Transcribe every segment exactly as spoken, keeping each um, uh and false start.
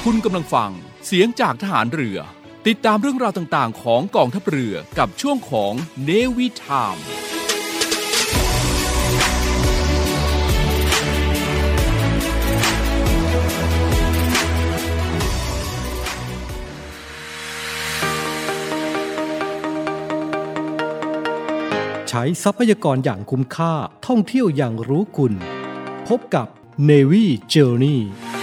คุณกำลังฟังเสียงจากทหารเรือติดตามเรื่องราวต่างๆของกองทัพเรือกับช่วงของ Navy Time ใช้ทรัพยากรอย่างคุ้มค่าท่องเที่ยวอย่างรู้คุณพบกับ Navy Journey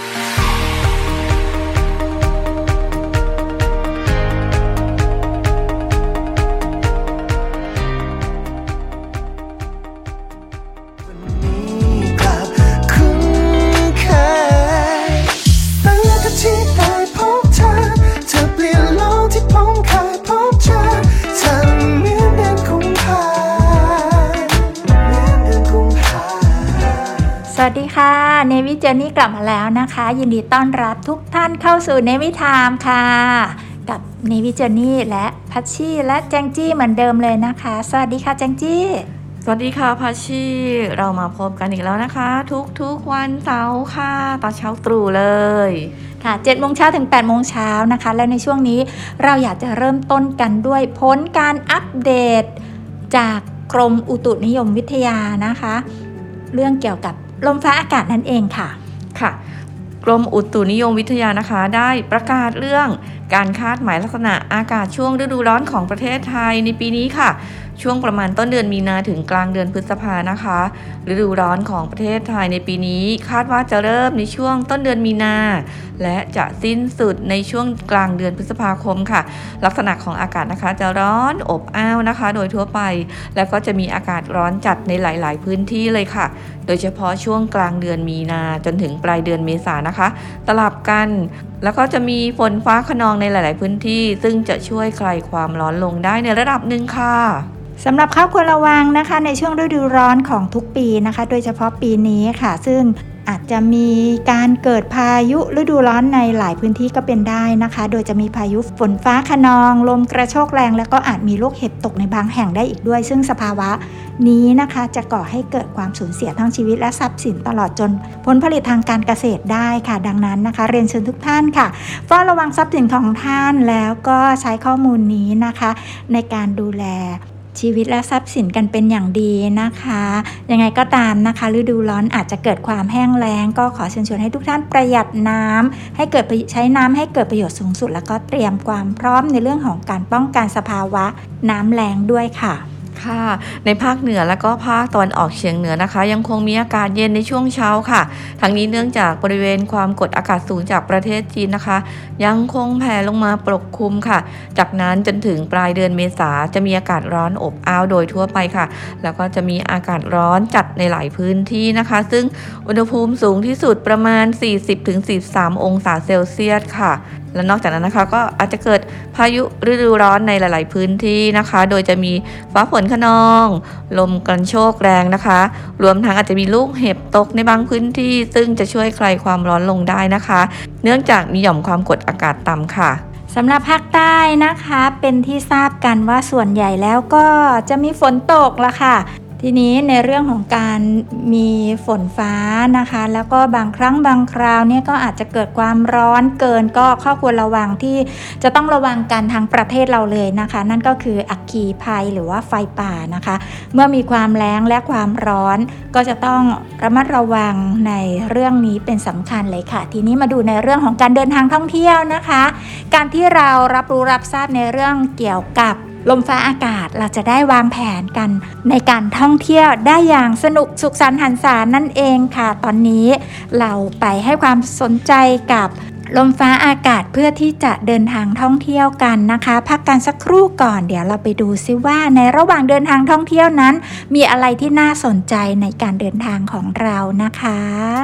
สวัสดีค่ะ Navy Journey กลับมาแล้วนะคะยินดีต้อนรับทุกท่านเข้าสู่ Navy Time ค่ะกับ Navy Journey และพัชชีและแจงจี้เหมือนเดิมเลยนะคะสวัสดีค่ะแจงจี้สวัสดีค่ะพัชชีเรามาพบกันอีกแล้วนะคะทุกๆวันเสาร์ค่ะตอนเช้าตรู่เลยค่ะ เจ็ดโมงเช้าถึง แปดโมงเช้านะคะและในช่วงนี้เราอยากจะเริ่มต้นกันด้วยผลการอัปเดตจากกรมอุตุนิยมวิทยานะคะเรื่องเกี่ยวกับลมฟ้าอากาศนั่นเองค่ะค่ะกรมอุตุนิยมวิทยานะคะได้ประกาศเรื่องการคาดหมายลักษณะอากาศช่วงฤดูร้อนของประเทศไทยในปีนี้ค่ะช่วงประมาณต้นเดือนมีนาถึงกลางเดือนพฤษภานะคะฤดูร้อนของประเทศไทยในปีนี้คาดว่าจะเริ่มในช่วงต้นเดือนมีนาและจะสิ้นสุดในช่วงกลางเดือนพฤษภาคมค่ะลักษณะของอากาศนะคะจะร้อนอบอ้าวนะคะโดยทั่วไปแล้วก็จะมีอากาศร้อนจัดในหลายๆพื้นที่เลยค่ะโดยเฉพาะช่วงกลางเดือนมีนาจนถึงปลายเดือนเมษายนนะคะสลับกันแล้วก็จะมีฝนฟ้าคะนองในหลายๆพื้นที่ซึ่งจะช่วยคลายความร้อนลงได้ในระดับหนึ่งค่ะสำหรับข้อควรระวังนะคะในช่วงฤดูร้อนของทุกปีนะคะโดยเฉพาะปีนี้ค่ะซึ่งอาจจะมีการเกิดพายุฤดูร้อนในหลายพื้นที่ก็เป็นได้นะคะโดยจะมีพายุฝนฟ้าคะนองลมกระโชกแรงแล้วก็อาจมีลูกเห็บตกในบางแห่งได้อีกด้วยซึ่งสภาวะนี้นะคะจะก่อให้เกิดความสูญเสียทั้งชีวิตและทรัพย์สินตลอดจนผลผลิตทางการเกษตรได้ค่ะดังนั้นนะคะเรียนเชิญทุกท่านค่ะเฝ้าระวังทรัพย์สินของท่านแล้วก็ใช้ข้อมูลนี้นะคะในการดูแลชีวิตและทรัพย์สินกันเป็นอย่างดีนะคะยังไงก็ตามนะคะฤดูร้อนอาจจะเกิดความแห้งแล้งก็ขอเชิญชวนให้ทุกท่านประหยัดน้ำให้เกิดใช้น้ำให้เกิดประโยชน์สูงสุดแล้วก็เตรียมความพร้อมในเรื่องของการป้องกันสภาวะน้ำแล้งด้วยค่ะค่ะในภาคเหนือและก็ภาคตะวันออกเฉียงเหนือนะคะยังคงมีอากาศเย็นในช่วงเช้าค่ะทั้งนี้เนื่องจากบริเวณความกดอากาศสูงจากประเทศจีนนะคะยังคงแผ่ลงมาปกคลุมค่ะจากนั้นจนถึงปลายเดือนเมษาจะมีอากาศร้อนอบอ้าวโดยทั่วไปค่ะแล้วก็จะมีอากาศร้อนจัดในหลายพื้นที่นะคะซึ่งอุณหภูมิสูงที่สุดประมาณ สี่สิบถึงสี่สิบสาม องศาเซลเซียสค่ะและนอกจากนั้นนะคะก็อาจจะเกิดพายุฤดูร้อนในหลายๆพื้นที่นะคะโดยจะมีฟ้าฝนคะนองลมกระโชกแรงนะคะรวมทั้งอาจจะมีลูกเห็บตกในบางพื้นที่ซึ่งจะช่วยคลายความร้อนลงได้นะคะเนื่องจากมีหย่อมความกดอากาศต่ำค่ะสำหรับภาคใต้นะคะเป็นที่ทราบกันว่าส่วนใหญ่แล้วก็จะมีฝนตกละค่ะทีนี้ในเรื่องของการมีฝนฟ้านะคะแล้วก็บางครั้งบางคราวเนี่ยก็อาจจะเกิดความร้อนเกินก็ข้อควรระวังที่จะต้องระวังกันทั้งประเทศเราเลยนะคะนั่นก็คืออัคคีภัยหรือว่าไฟป่านะคะเมื่อมีความแล้งและความร้อนก็จะต้องระมัดระวังในเรื่องนี้เป็นสำคัญเลยค่ะทีนี้มาดูในเรื่องของการเดินทางท่องเที่ยวนะคะการที่เรารับรู้รับทราบในเรื่องเกี่ยวกับลมฟ้าอากาศเราจะได้วางแผนกันในการท่องเที่ยวได้อย่างสนุกสุขสันต์หันษานั่นเองค่ะตอนนี้เราไปให้ความสนใจกับลมฟ้าอากาศเพื่อที่จะเดินทางท่องเที่ยวกันนะคะพักกันสักครู่ก่อนเดี๋ยวเราไปดูซิว่าในระหว่างเดินทางท่องเที่ยวนั้นมีอะไรที่น่าสนใจในการเดินทางของเรานะคะ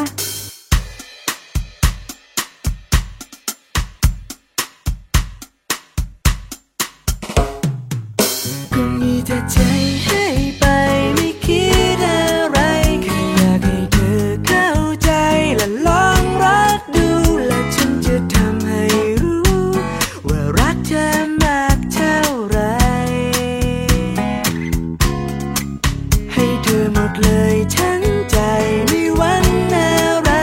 แต่ใจให้ไปไม่คิดอะไรแค่อยากให้เธอเข้าใจและลองรักดูและฉันจะทำให้รู้ว่ารักเธอมากเท่าไรให้เธอหมดเลยทั้งใจไม่หวังอะไร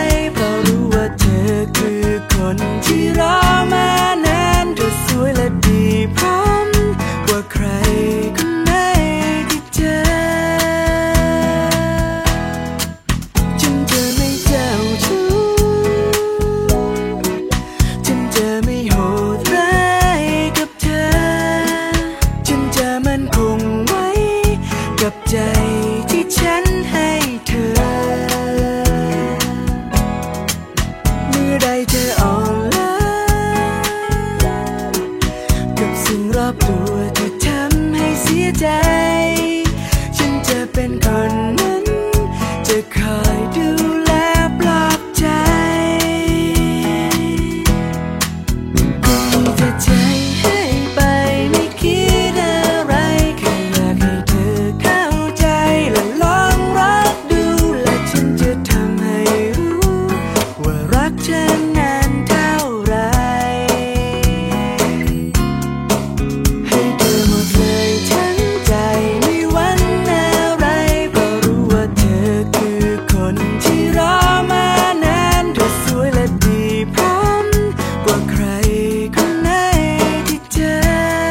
ธอนานเท่าไรให้เธอหมดเลยทั้งใจไม่หวั่นอะไรเพราะรู้ว่าเธอคือคนที่รอมานานเธอสวยและดีพร้อมกว่าใครคนไหนที่เจอ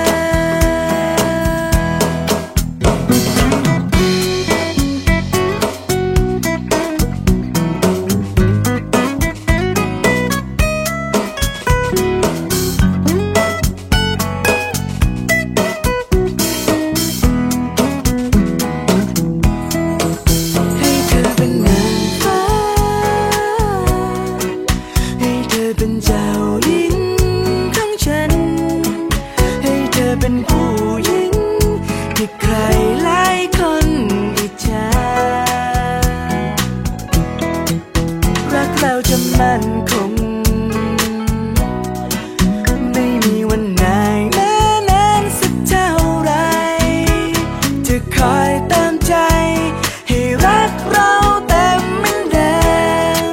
ให้เธอเป็นนางฟ้าให้เธอเป็นเจ้าหญิงของฉันให้เธอเป็นผู้หญิงที่ใครหลายคนอิจฉารักเราจะมั่นคงไม่มีวันไหนแม้นานสักเท่าไรจะคอยตามใจให้รักเราเต็มเหมือนเดิม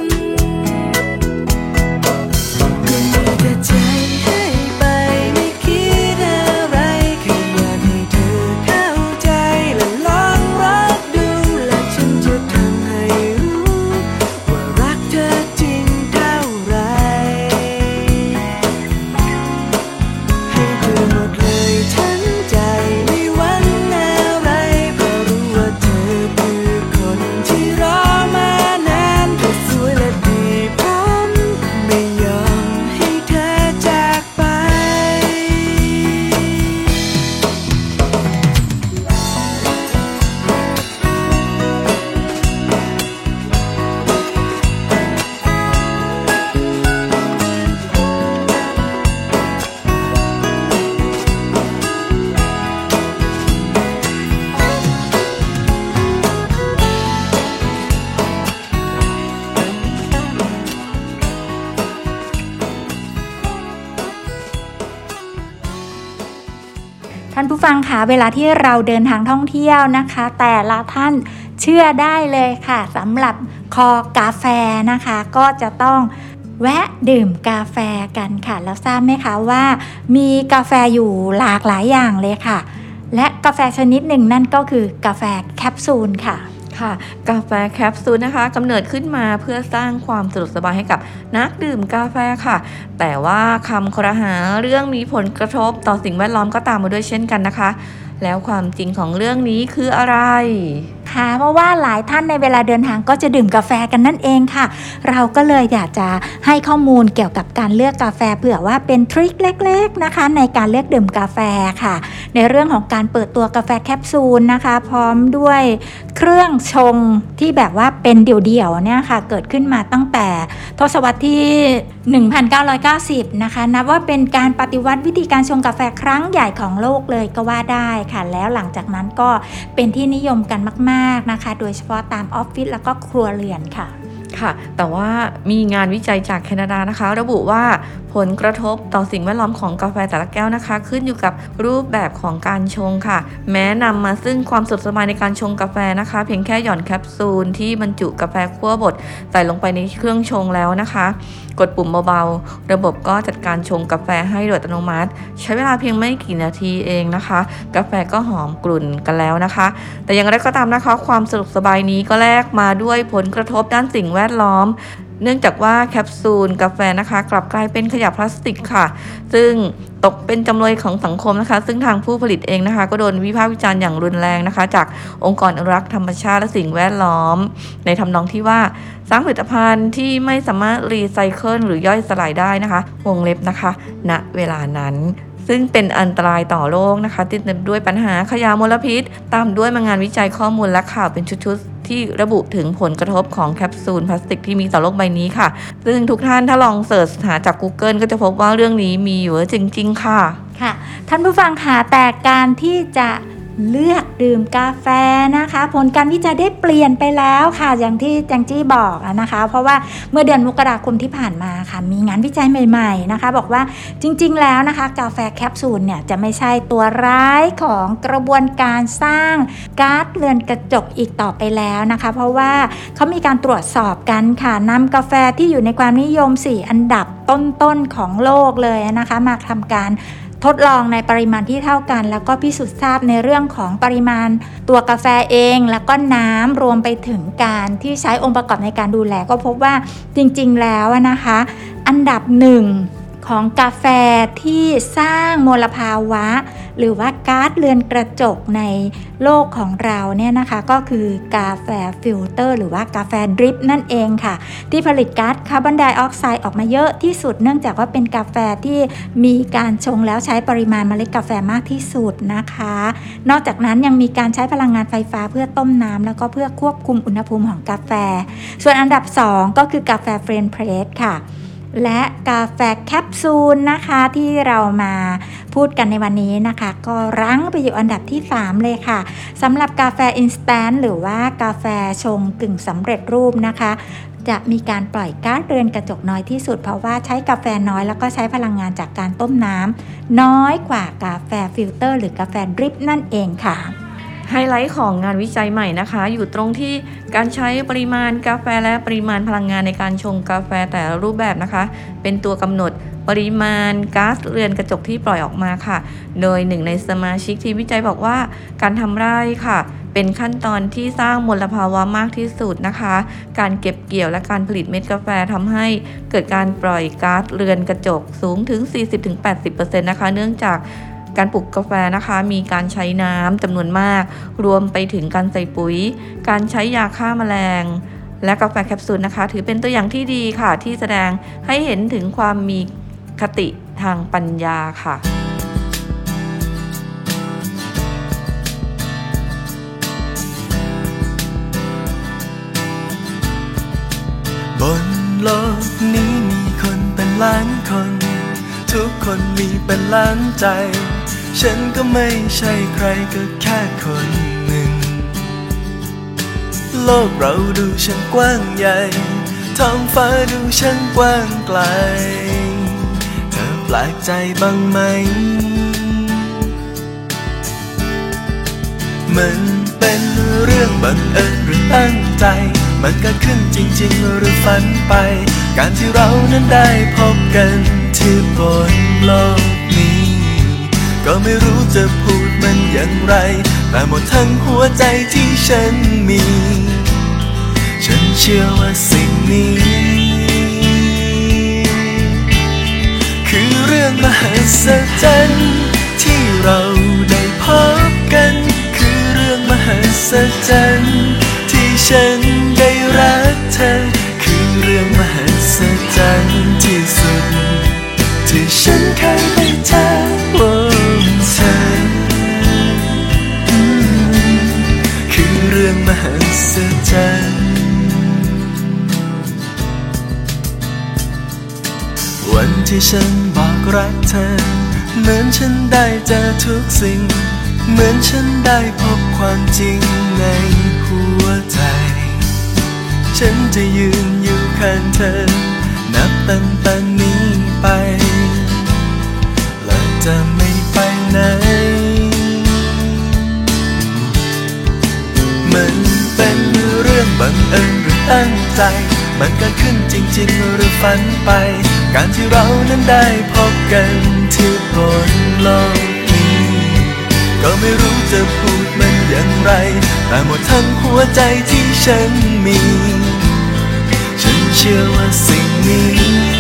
ก็มีแต่ใจให้ไปไม่คิดอะไรแค่อยากให้เธอเข้าใจและลองรักดูและฉันจะทำให้รู้ว่ารักเธอจริงเท่าไรให้เธอหมดเลยทั้งใจไม่หวั่นอะไรเพราะรู้ว่าเธอคือคนที่รอมานานเธอสวยและดีพร้อมไม่ยอมให้เธอจากไปท่านผู้ฟังคะเวลาที่เราเดินทางท่องเที่ยวนะคะ แต่ละท่านเชื่อได้เลยค่ะสำหรับคอกาแฟนะคะ ก็จะต้องแวะดื่มกาแฟกันค่ะแล้วทราบไหมคะว่ามีกาแฟอยู่หลากหลายอย่างเลยค่ะและกาแฟชนิดหนึ่งนั่นก็คือกาแฟแคปซูลค่ะค่ะกาแฟแคปซูลนะคะกำเนิดขึ้นมาเพื่อสร้างความสะดวกสบายให้กับนักดื่มกาแฟค่ะแต่ว่าคำครหาเรื่องมีผลกระทบต่อสิ่งแวดล้อมก็ตามมาด้วยเช่นกันนะคะแล้วความจริงของเรื่องนี้คืออะไรค่ะเพราะว่าหลายท่านในเวลาเดินทางก็จะดื่มกาแฟกันนั่นเองค่ะเราก็เลยอยากจะให้ข้อมูลเกี่ยวกับการเลือกกาแฟเผื่อว่าเป็นทริคเล็กๆนะคะในการเลือกดื่มกาแฟค่ะในเรื่องของการเปิดตัวกาแฟแคปซูลนะคะพร้อมด้วยเครื่องชงที่แบบว่าเป็นเดี่ยวๆเนี่ยค่ะเกิดขึ้นมาตั้งแต่ทศวรรษที่หนึ่งพันเก้าร้อยเก้าสิบนะคะนับว่าเป็นการปฏิวัติวิธีการชงกาแฟครั้งใหญ่ของโลกเลยก็ว่าได้ค่ะแล้วหลังจากนั้นก็เป็นที่นิยมกันมากๆนะคะโดยเฉพาะตามออฟฟิศแล้วก็ครัวเรือนค่ะค่ะแต่ว่ามีงานวิจัยจากแคนาดานะคะระบุว่าผลกระทบต่อสิ่งแวดล้อมของกาแฟแต่ละแก้วนะคะขึ้นอยู่กับรูปแบบของการชงค่ะแม้นำมาซึ่งความสะดวกสบายในการชงกาแฟนะคะเพียงแค่หย่อนแคปซูลที่บรรจุกาแฟคั่วบดใส่ลงไปในเครื่องชงแล้วนะคะกดปุ่มเบาๆระบบก็จัดการชงกาแฟให้โดยอัตโนมัติใช้เวลาเพียงไม่กี่นาทีเองนะคะกาแฟก็หอมกลุ่นกันแล้วนะคะแต่อย่างไรก็ตามนะคะความสะดวกสบายนี้ก็แลกมาด้วยผลกระทบด้านสิ่งแวดล้อมเนื่องจากว่าแคปซูลกาแฟนะคะกลับกลายเป็นขยะพลาสติกค่ะซึ่งตกเป็นจำเลยของสังคมนะคะซึ่งทางผู้ผลิตเองนะคะก็โดนวิพากษ์วิจารณ์อย่างรุนแรงนะคะจากองค์กรอนุรักษ์ธรรมชาติและสิ่งแวดล้อมในทำนองที่ว่าสร้างผลิตภัณฑ์ที่ไม่สามารถรีไซเคิลหรือย่อยสลายได้นะคะวงเล็บนะคะณเวลานั้นซึ่งเป็นอันตรายต่อโลกนะคะติดเต็มด้วยปัญหาขยะมลพิษตามด้วยมางานวิจัยข้อมูลและข่าวเป็นชุดๆที่ระบุถึงผลกระทบของแคปซูลพลาสติกที่มีต่อโลกใบนี้ค่ะซึ่งทุกท่านถ้าลองเสิร์ชหาจาก Google ก็จะพบว่าเรื่องนี้มีอยู่จริงๆค่ะค่ะท่านผู้ฟังค่ะแต่การที่จะเลือกดื่มกาแฟนะคะผลการวิจัยได้เปลี่ยนไปแล้วค่ะอย่างที่แจงจี้บอกนะคะเพราะว่าเมื่อเดือนมกราคมที่ผ่านมาค่ะมีงานวิจัยใหม่ๆนะคะบอกว่าจริงๆแล้วนะคะกาแฟแคปซูลเนี่ยจะไม่ใช่ตัวร้ายของกระบวนการสร้างก๊าซเรือนกระจกอีกต่อไปแล้วนะคะเพราะว่าเขามีการตรวจสอบกันค่ะนำกาแฟที่อยู่ในความนิยมสี่อันดับต้นๆของโลกเลยนะคะมาทำการทดลองในปริมาณที่เท่ากันแล้วก็พิสูจน์ทราบในเรื่องของปริมาณตัวกาแฟเองแล้วก็น้ำรวมไปถึงการที่ใช้องค์ประกอบในการดูแลก็พบว่าจริงๆแล้วนะคะอันดับหนึ่งของกาแฟที่สร้างมลภาวะหรือว่าก๊าซเรือนกระจกในโลกของเราเนี่ยนะคะก็คือกาแฟฟิลเตอร์หรือว่ากาแฟดริปนั่นเองค่ะที่ผลิตก๊าซคาร์บอนไดออกไซด์ออกมาเยอะที่สุดเนื่องจากว่าเป็นกาแฟที่มีการชงแล้วใช้ปริมาณเมล็ดกาแฟมากที่สุดนะคะนอกจากนั้นยังมีการใช้พลังงานไฟฟ้าเพื่อต้มน้ำแล้วก็เพื่อควบคุมอุณหภูมิของกาแฟส่วนอันดับสองก็คือกาแฟเฟรนช์เพรสค่ะและกาแฟแคปซูลนะคะที่เรามาพูดกันในวันนี้นะคะก็รั้งไปอยู่อันดับที่สามเลยค่ะสำหรับกาแฟอินสแตนต์หรือว่ากาแฟชงกึ่งสำเร็จรูปนะคะจะมีการปล่อยก๊าซเรือนกระจกน้อยที่สุดเพราะว่าใช้กาแฟน้อยแล้วก็ใช้พลังงานจากการต้มน้ำน้อยกว่ากาแฟฟิลเตอร์หรือกาแฟดริปนั่นเองค่ะไฮไลท์ของงานวิจัยใหม่นะคะอยู่ตรงที่การใช้ปริมาณกาแฟและปริมาณพลังงานในการชงกาแฟแต่ละรูปแบบนะคะเป็นตัวกำหนดปริมาณก๊าซเรือนกระจกที่ปล่อยออกมาค่ะโดยหนึ่งในสมาชิกทีมวิจัยบอกว่าการทำไร่ค่ะเป็นขั้นตอนที่สร้างมลภาวะมากที่สุดนะคะการเก็บเกี่ยวและการผลิตเม็ดกาแฟทำให้เกิดการปล่อยก๊าซเรือนกระจกสูงถึง สี่สิบถึงแปดสิบเปอร์เซ็นต์ นะคะเนื่องจากการปลูกกาแฟนะคะมีการใช้น้ำจำนวนมากรวมไปถึงการใส่ปุ๋ยการใช้ยาฆ่าแมลงและกาแฟแคปซูลนะคะถือเป็นตัวอย่างที่ดีค่ะที่แสดงให้เห็นถึงความมีคติทางปัญญาค่ะบนโลกนี้มีคนเป็นล้านคนทุกคนมีเป็นล้านใจฉันก็ไม่ใช่ใครก็แค่คนหนึ่งโลกเราดูช่างกว้างใหญ่ท้องฟ้าดูช่างกว้างไกลเธอแปลกใจบ้างไหมมันเป็นเรื่องบังเอิญหรือตั้งใจมันเกิดขึ้นจริงๆหรือฝันไปการที่เรานั้นได้พบกันที่บนโลกนี้ก็ไม่รู้จะพูดมันอย่างไรแต่หมดทั้งหัวใจที่ฉันมีฉันเชื่อว่าสิ่งนี้คือเรื่องมหัศจรรย์ที่เราได้พบกันคือเรื่องมหัศจรรย์ที่ฉันได้รักเธอคือเรื่องมหัศจรรย์ที่สุดที่ฉันเคยได้เจอโอ้เธอคือเรื่องมหัศจรรย์วันที่ฉันบอกรักเธอเหมือนฉันได้เจอทุกสิ่งเหมือนฉันได้พบความจริงในหัวใจฉันจะยืนอยู่ข้างเธอนับตั้งแต่นี้ไปและจะไม่ไปไหนมันเป็นเรื่องบังเอิญหรือตั้งใจมันเกิดขึ้นจริงๆหรือฝันไปการที่เรานั้นได้พบกันที่บนโลกนี้ก็ไม่รู้จะพูดมันอย่างไรแต่หมดทั้งหัวใจที่ฉันมีฉันเชื่อว่าสิ่งนี้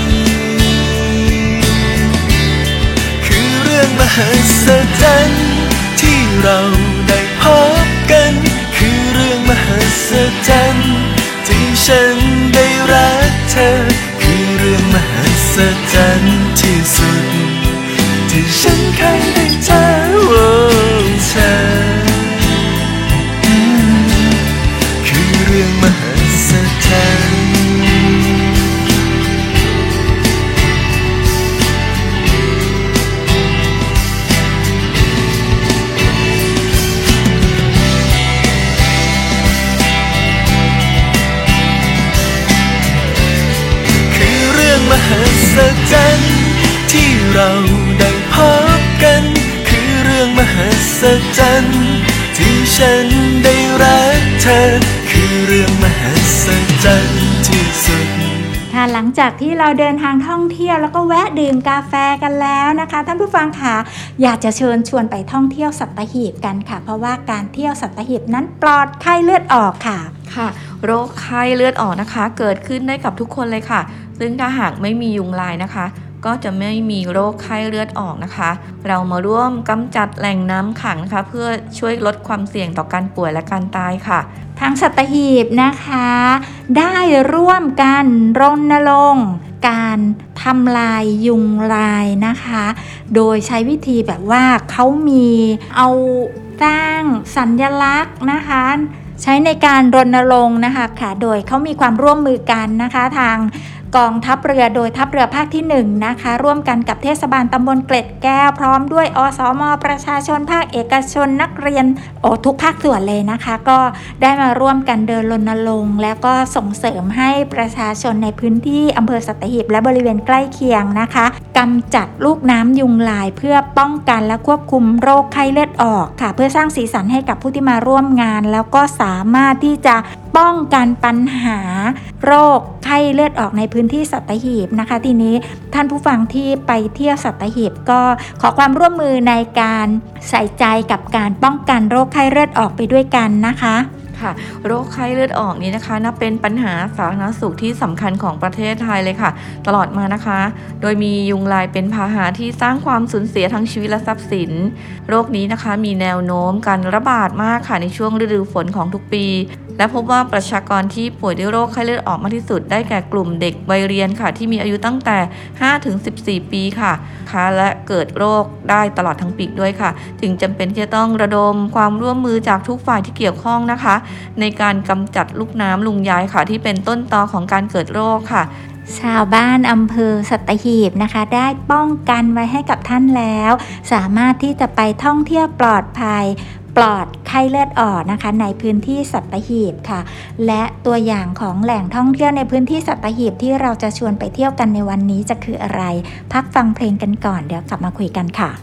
คือเรื่องมหัศจรรย์ที่เราได้พบกันคือเรื่องมหัศจรรย์ที่ฉันได้รักเธอคือเรื่องมหัศจรรย์ที่สุดที่ฉันเคยได้เจอโอ้เธอคือเรื่องมหัศจรรย์ศจรรย์ที่เราได้พบกันคือเรื่องมหัศจรรย์ที่ฉันได้รักเธอคือเรื่องมหัศจรรย์ที่สุดค่ะหลังจากที่เราเดินทางท่องเที่ยวแล้วก็แวะดื่มกาแฟกันแล้วนะคะท่านผู้ฟังค่ะอยากจะเชิญชวนไปท่องเที่ยวสัตหีบกันค่ะเพราะว่าการเที่ยวสัตหีบนั้นปลอดไข้เลือดออกค่ะค่ะโรคไข้เลือดออกนะคะเกิดขึ้นได้กับทุกคนเลยค่ะซึ่งถ้าหากไม่มียุงลายนะคะก็จะไม่มีโรคไข้เลือดออกนะคะเรามาร่วมกำจัดแหล่งน้ำขังนะคะเพื่อช่วยลดความเสี่ยงต่อการป่วยและการตายค่ะทางสัตหีบนะคะได้ร่วมกันรณรงค์การทำลายยุงลายนะคะโดยใช้วิธีแบบว่าเขามีเอาสร้างสัญลักษณ์นะคะใช้ในการรณรงค์นะคะค่ะโดยเขามีความร่วมมือกันนะคะทางกองทัพเรือโดยทัพเรือภาคที่หนึ่งนะคะร่วมกันกับเทศบาลตำบลเกล็ดแก้วพร้อมด้วยอสม.ประชาชนภาคเอกชนนักเรียนโอ้ทุกภาคส่วนเลยนะคะก็ได้มาร่วมกันเดินรณรงค์แล้วก็ส่งเสริมให้ประชาชนในพื้นที่อำเภอสัตหีบและบริเวณใกล้เคียงนะคะกำจัดลูกน้ำยุงลายเพื่อป้องกันและควบคุมโรคไข้เลือดออกค่ะเพื่อสร้างสีสันให้กับผู้ที่มาร่วมงานแล้วก็สามารถที่จะป้องกันปัญหาโรคไข้เลือดออกในพื้นที่สัตหีบนะคะทีนี้ท่านผู้ฟังที่ไปเที่ยวสัตหีบก็ขอความร่วมมือในการใส่ใจกับการป้องกันโรคไข้เลือดออกไปด้วยกันนะคะค่ะโรคไข้เลือดออกนี้นะคะนับเป็นปัญหาสาธารณสุขที่สำคัญของประเทศไทยเลยค่ะตลอดมานะคะโดยมียุงลายเป็นพาหะที่สร้างความสูญเสียทั้งชีวิตและทรัพย์สินโรคนี้นะคะมีแนวโน้มการระบาดมากค่ะในช่วงฤดูฝนของทุกปีและพบว่าประชากรที่ป่วยด้วยโรคไข้เลือดออกมากที่สุดได้แก่กลุ่มเด็กวัยเรียนค่ะที่มีอายุตั้งแต่ ห้าถึงสิบสี่ ปีค่ะค่ะและเกิดโรคได้ตลอดทั้งปีด้วยค่ะจึงจำเป็นที่จะต้องระดมความร่วมมือจากทุกฝ่ายที่เกี่ยวข้องนะคะในการกำจัดลูกน้ำลุงยายค่ะที่เป็นต้นตอของการเกิดโรคค่ะชาวบ้านอำเภอสัตหีบนะคะได้ป้องกันไว้ให้กับท่านแล้วสามารถที่จะไปท่องเที่ยวปลอดภัยปลอดไข้เลือดออกนะคะในพื้นที่สัตหีบค่ะและตัวอย่างของแหล่งท่องเที่ยวในพื้นที่สัตหีบที่เราจะชวนไปเที่ยวกันในวันนี้จะคืออะไรพักฟังเพลงกันก่อนเดี๋ยวกลับมาคุยกันค่ะ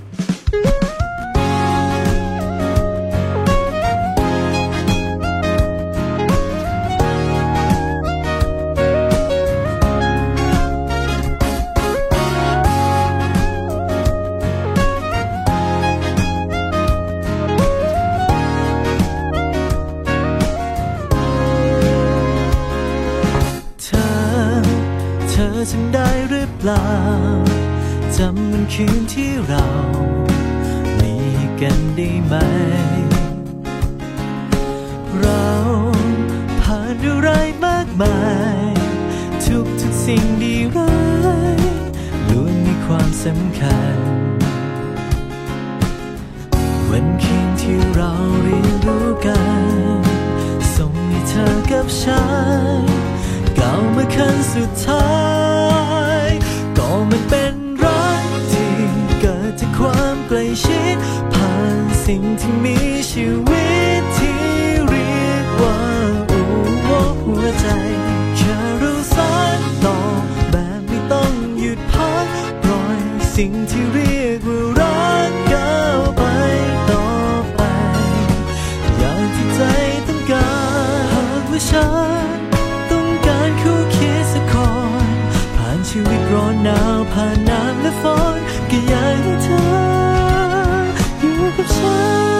จำได้หรือเปล่าจำมันคืนที่เรามีกันได้ไหมเราผ่านอะไรมากมายทุกทุกสิ่งดีร้ายล้วนมีความสำคัญวันคืนที่เราเรียนรู้กันส่งให้เธอกับฉันก้าวมาขั้นสุดท้ายก็มันเป็นรักที่เกิดจากความใกล้ชิดผ่านสิ่งที่มีชีวิตที่เรียกว่าหัวใจแค่รู้สานต่อแบบไม่ต้องหยุดพักปล่อยสิ่งที่เรียกว่ารักก้าวไปต่อไปอย่างที่ใจต้องการหากว่าฉันชีวิตร้อนหนาวผ่านน้ำและฝนก็อยากให้เธออยู่กับฉั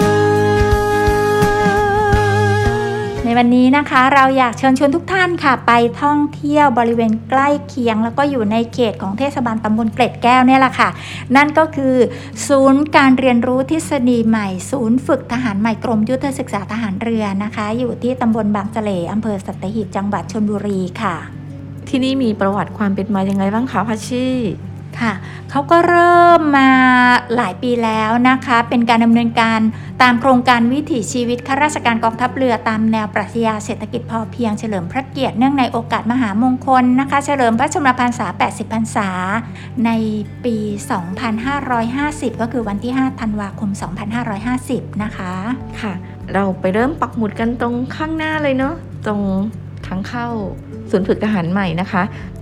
นในวันนี้นะคะเราอยากเชิญชวนทุกท่านค่ะไปท่องเที่ยวบริเวณใกล้เคียงแล้วก็อยู่ในเขตของเทศบาลตำบลเกล็ดแก้วเนี่ยแหละค่ะนั่นก็คือศูนย์การเรียนรู้ทฤษฎีใหม่ศูนย์ฝึกทหารใหม่กรมยุทธศึกษาทหารเรือนะคะอยู่ที่ตำบลบางเสล่อำเภอสัตหีบจังหวัดชลบุรีค่ะที่นี่มีประวัติความเป็นมายังไงบ้างคะพัชชีค่ะเขาก็เริ่มมาหลายปีแล้วนะคะเป็นการดำเนินการตามโครงการวิถีชีวิตข้าราชการกองทัพเรือตามแนวปรัชญาเศรษฐกิจพอเพียงเฉลิมพระเกียรติเนื่องในโอกาสมหามงคลนะคะเฉลิมพระชนมพรรษาแปดสิบพรรษาในปีสองพันห้าร้อยห้าสิบก็คือวันที่ห้าธันวาคมสองพันห้าร้อยห้าสิบนะคะค่ะเราไปเริ่มปักหมุดกันตรงข้างหน้าเลยเนาะตรงทางเข้าศูนย์ฝึกทหารใหม่นะคะ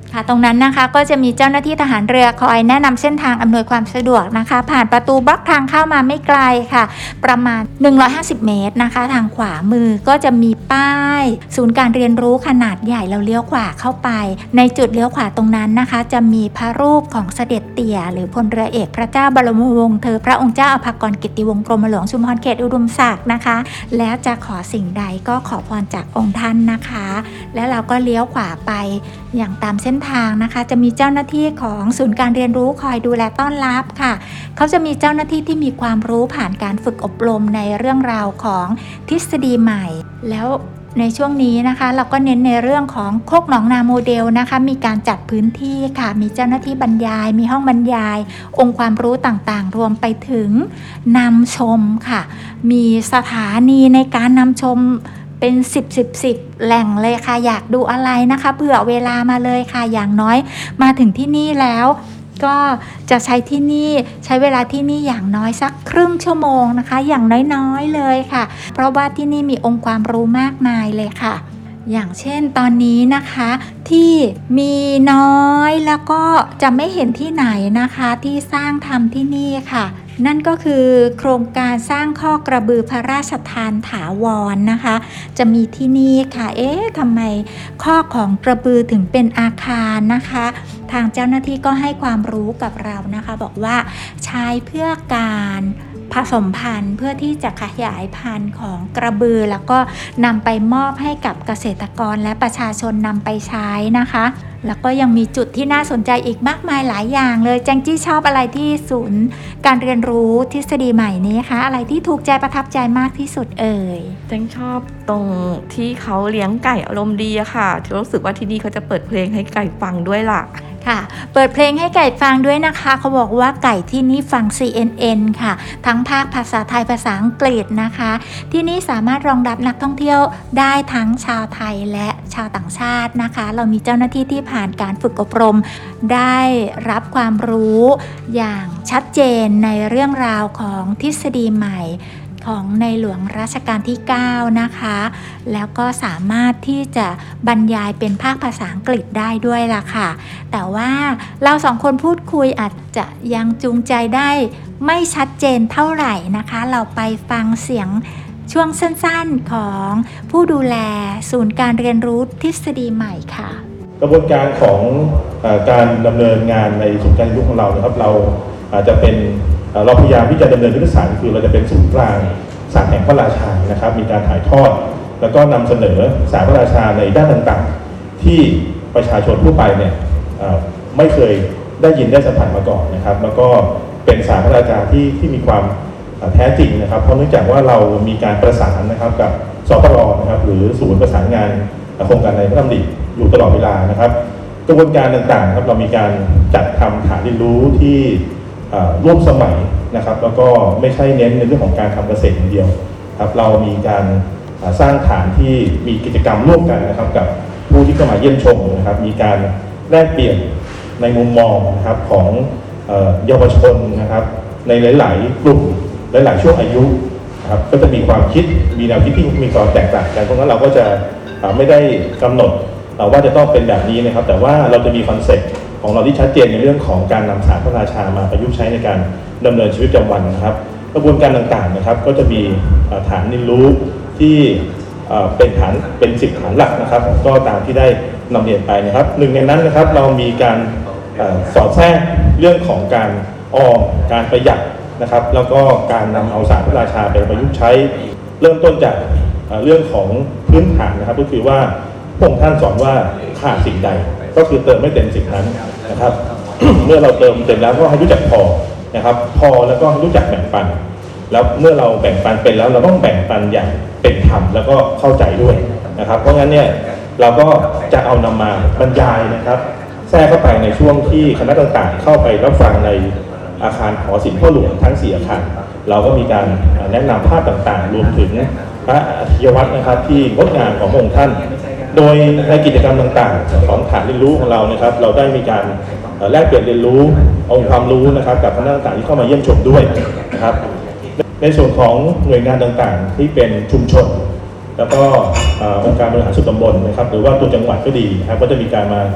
ค่ะตรงนั้นนะคะก็จะมีเจ้าหน้าที่ทหารเรือคอยแนะนำเส้นทางอำนวยความสะดวกนะคะผ่านประตูบล็อกทางเข้ามาไม่ไกลค่ะประมาณหนึ่งร้อยห้าสิบเมตรนะคะทางขวามือก็จะมีป้ายศูนย์การเรียนรู้ขนาดใหญ่เราเลี้ยวขวาเข้าไปในจุดเลี้ยวขวาตรงนั้นนะคะจะมีพระรูปของเสด็จเตี่ยหรือพลเรือเอกพระเจ้าบรมวงศ์เธอพระองค์เจ้าอภากรกิตติวงศ์กรมหลวงชุมพรเขตอุดมศักดิ์นะคะแล้วจะขอสิ่งใดก็ขอพรจากองค์ท่านนะคะแล้วเราก็เลี้ยวขวาไปอย่างตามเส้นทางนะคะจะมีเจ้าหน้าที่ของศูนย์การเรียนรู้คอยดูแลต้อนรับค่ะเขาจะมีเจ้าหน้าที่ที่มีความรู้ผ่านการฝึกอบรมในเรื่องราวของทฤษฎีใหม่แล้วในช่วงนี้นะคะเราก็เน้นในเรื่องของโคกหนองนาโมเดลนะคะมีการจัดพื้นที่ค่ะมีเจ้าหน้าที่บรรยายมีห้องบรรยายองค์ความรู้ต่างๆรวมไปถึงนำชมค่ะมีสถานีในการนำชมเป็นสิบ สิบ สิบแหล่งเลยค่ะอยากดูอะไรนะคะเผื่อเวลามาเลยค่ะอย่างน้อยมาถึงที่นี่แล้วก็จะใช้ที่นี่ใช้เวลาที่นี่อย่างน้อยสักครึ่งชั่วโมงนะคะอย่างน้อยๆเลยค่ะเพราะว่าที่นี่มีองค์ความรู้มากมายเลยค่ะอย่างเช่นตอนนี้นะคะที่มีน้อยแล้วก็จะไม่เห็นที่ไหนนะคะที่สร้างทำที่นี่ค่ะนั่นก็คือโครงการสร้างข้อกระบือพระราชทานถาวรนะคะจะมีที่นี่ค่ะเอ๊ะทำไมข้อของกระบือถึงเป็นอาคารนะคะทางเจ้าหน้าที่ก็ให้ความรู้กับเรานะคะบอกว่าใช้เพื่อการผสมพันธุ์เพื่อที่จะขยายพันธุ์ของกระบือแล้วก็นำไปมอบให้กับเกษตรกรและประชาชนนำไปใช้นะคะแล้วก็ยังมีจุดที่น่าสนใจอีกมากมายหลายอย่างเลยแจงจี้ชอบอะไรที่ศูนย์การเรียนรู้ทฤษฎีใหม่นี้คะอะไรที่ถูกใจประทับใจมากที่สุดเอ่ยแจงชอบตรงที่เขาเลี้ยงไก่อารมณ์ดีอะค่ะรู้สึกว่าที่นี่เขาจะเปิดเพลงให้ไก่ฟังด้วยล่ะค่ะเปิดเพลงให้ไก่ฟังด้วยนะคะเขาบอกว่าไก่ที่นี่ฟัง ซี เอ็น เอ็น ค่ะทั้งภาคภาษาไทยภาษาอังกฤษนะคะที่นี่สามารถรองรับนักท่องเที่ยวได้ทั้งชาวไทยและชาวต่างชาตินะคะเรามีเจ้าหน้าที่ที่ผ่านการฝึกอบรมได้รับความรู้อย่างชัดเจนในเรื่องราวของทฤษฎีใหม่ของในหลวงรัชกาลที่เก้านะคะแล้วก็สามารถที่จะบรรยายเป็นภาคภาษาอังกฤษได้ด้วยล่ะค่ะแต่ว่าเราสองคนพูดคุยอาจจะยังจูงใจได้ไม่ชัดเจนเท่าไหร่นะคะเราไปฟังเสียงช่วงสั้นๆของผู้ดูแลศูนย์การเรียนรู้ทฤษฎีใหม่ค่ะกระบวนการของเอ่อการดำเนินงานในศูนย์การเรียนรู้ของเรานะครับเราอาจจะเป็นเราพยายามที่จะดำเนินยุทธศาสตร์คือเราจะเป็นศูนย์กลางศาสตร์แห่งพระราชานะครับมีการถ่ายทอดแล้วก็นำเสนอศาสตร์พระราชาในด้านต่างๆที่ประชาชนทั่วไปเนี่ยไม่เคยได้ยินได้สัมผัสมาก่อนนะครับแล้วก็เป็นศาสตร์พระราชาที่ที่มีความแท้จริงนะครับเพราะเนื่องจากว่าเรามีการประสานนะครับกับสปรนะครับหรือศูนย์ประสานงานโครงการในพระดำริอยู่ตลอดเวลานะครับกระบวนการต่างๆครับเรามีการจัดทำฐานเรียนรู้ที่ร่วมสมัยนะครับแล้วก็ไม่ใช่เน้นในเรื่องของการทำเกษตรอย่างเดียวครับเรามีการสร้างฐานที่มีกิจกรรมร่วมกันนะครับกับผู้ที่เข้ามาเยี่ยมชมนะครับมีการแลกเปลี่ยนในมุมมองนะครับของเยาวชนนะครับในหลายๆกลุ่มหลายๆช่วงอายุนะครับก็จะมีความคิดมีแนวคิดที่มีความแตกต่างกันเพราะงั้นเราก็จะไม่ได้กำหนดว่าจะต้องเป็นแบบนี้นะครับแต่ว่าเราจะมีคอนเซ็ปต์ของเราที่ชัดเจนในเรื่องของการนำศาสตร์พระราชามาประยุกต์ใช้ในการดำเนินชีวิตประจำวันนะครับกระบวนการต่างๆนะครับก็จะมีฐานเรียนรู้ที่เป็นฐานเป็นสิบฐานหลักนะครับก็ตามที่ได้นำเรียนไปนะครับหนึ่งในนั้นนะครับเรามีการสอดแทรกเรื่องของการออมการประหยัดนะครับแล้วก็การนำเอาศาสตร์พระราชาไปประยุกต์ใช้เริ่มต้นจากเรื่องของพื้นฐานนะครับก็คือว่าพระองค์ท่านสอนว่าขาดสิ่งใดก็คือเติมไม่เต็มสิ่งนั้นนะครับ เมื่อเราเติมเต็มแล้วก็ให้รู้จักพอนะครับพอแล้วก็รู้จักแบ่งปันแล้วเมื่อเราแบ่งปันเป็นแล้วเราต้องแบ่งปันอย่างเป็นธรรมแล้วก็เข้าใจด้วยนะครับเพราะงั้นเนี่ยเราก็จะเอานำมาบรรยายนะครับแทรกเข้าไปในช่วงที่คณะต่างๆเข้าไปรับฟังในอาคารหอศิลป์พ่อหลวงทั้งสี่อาคารเราก็มีการแนะนำภาพต่างๆรวมถึงพระอัจฉริยวัตรนะครับที่งดงามของพระองค์ท่านโดยในกิจกรรมต่างๆของฐานเรียนรู้ของเรานะครับเราได้มีการแลกเปลี่ยนเรียนรู้องค์ความรู้นะครับกับคณะต่างๆที่เข้ามาเยี่ยมชมด้วยนะครับในส่วนของหน่วยงานต่างๆที่เป็นชุมชนแล้วก็องค์การบริหารส่วนตำบลนะครับหรือว่าตัวจังหวัดก็ดีครับก็จะมีการมา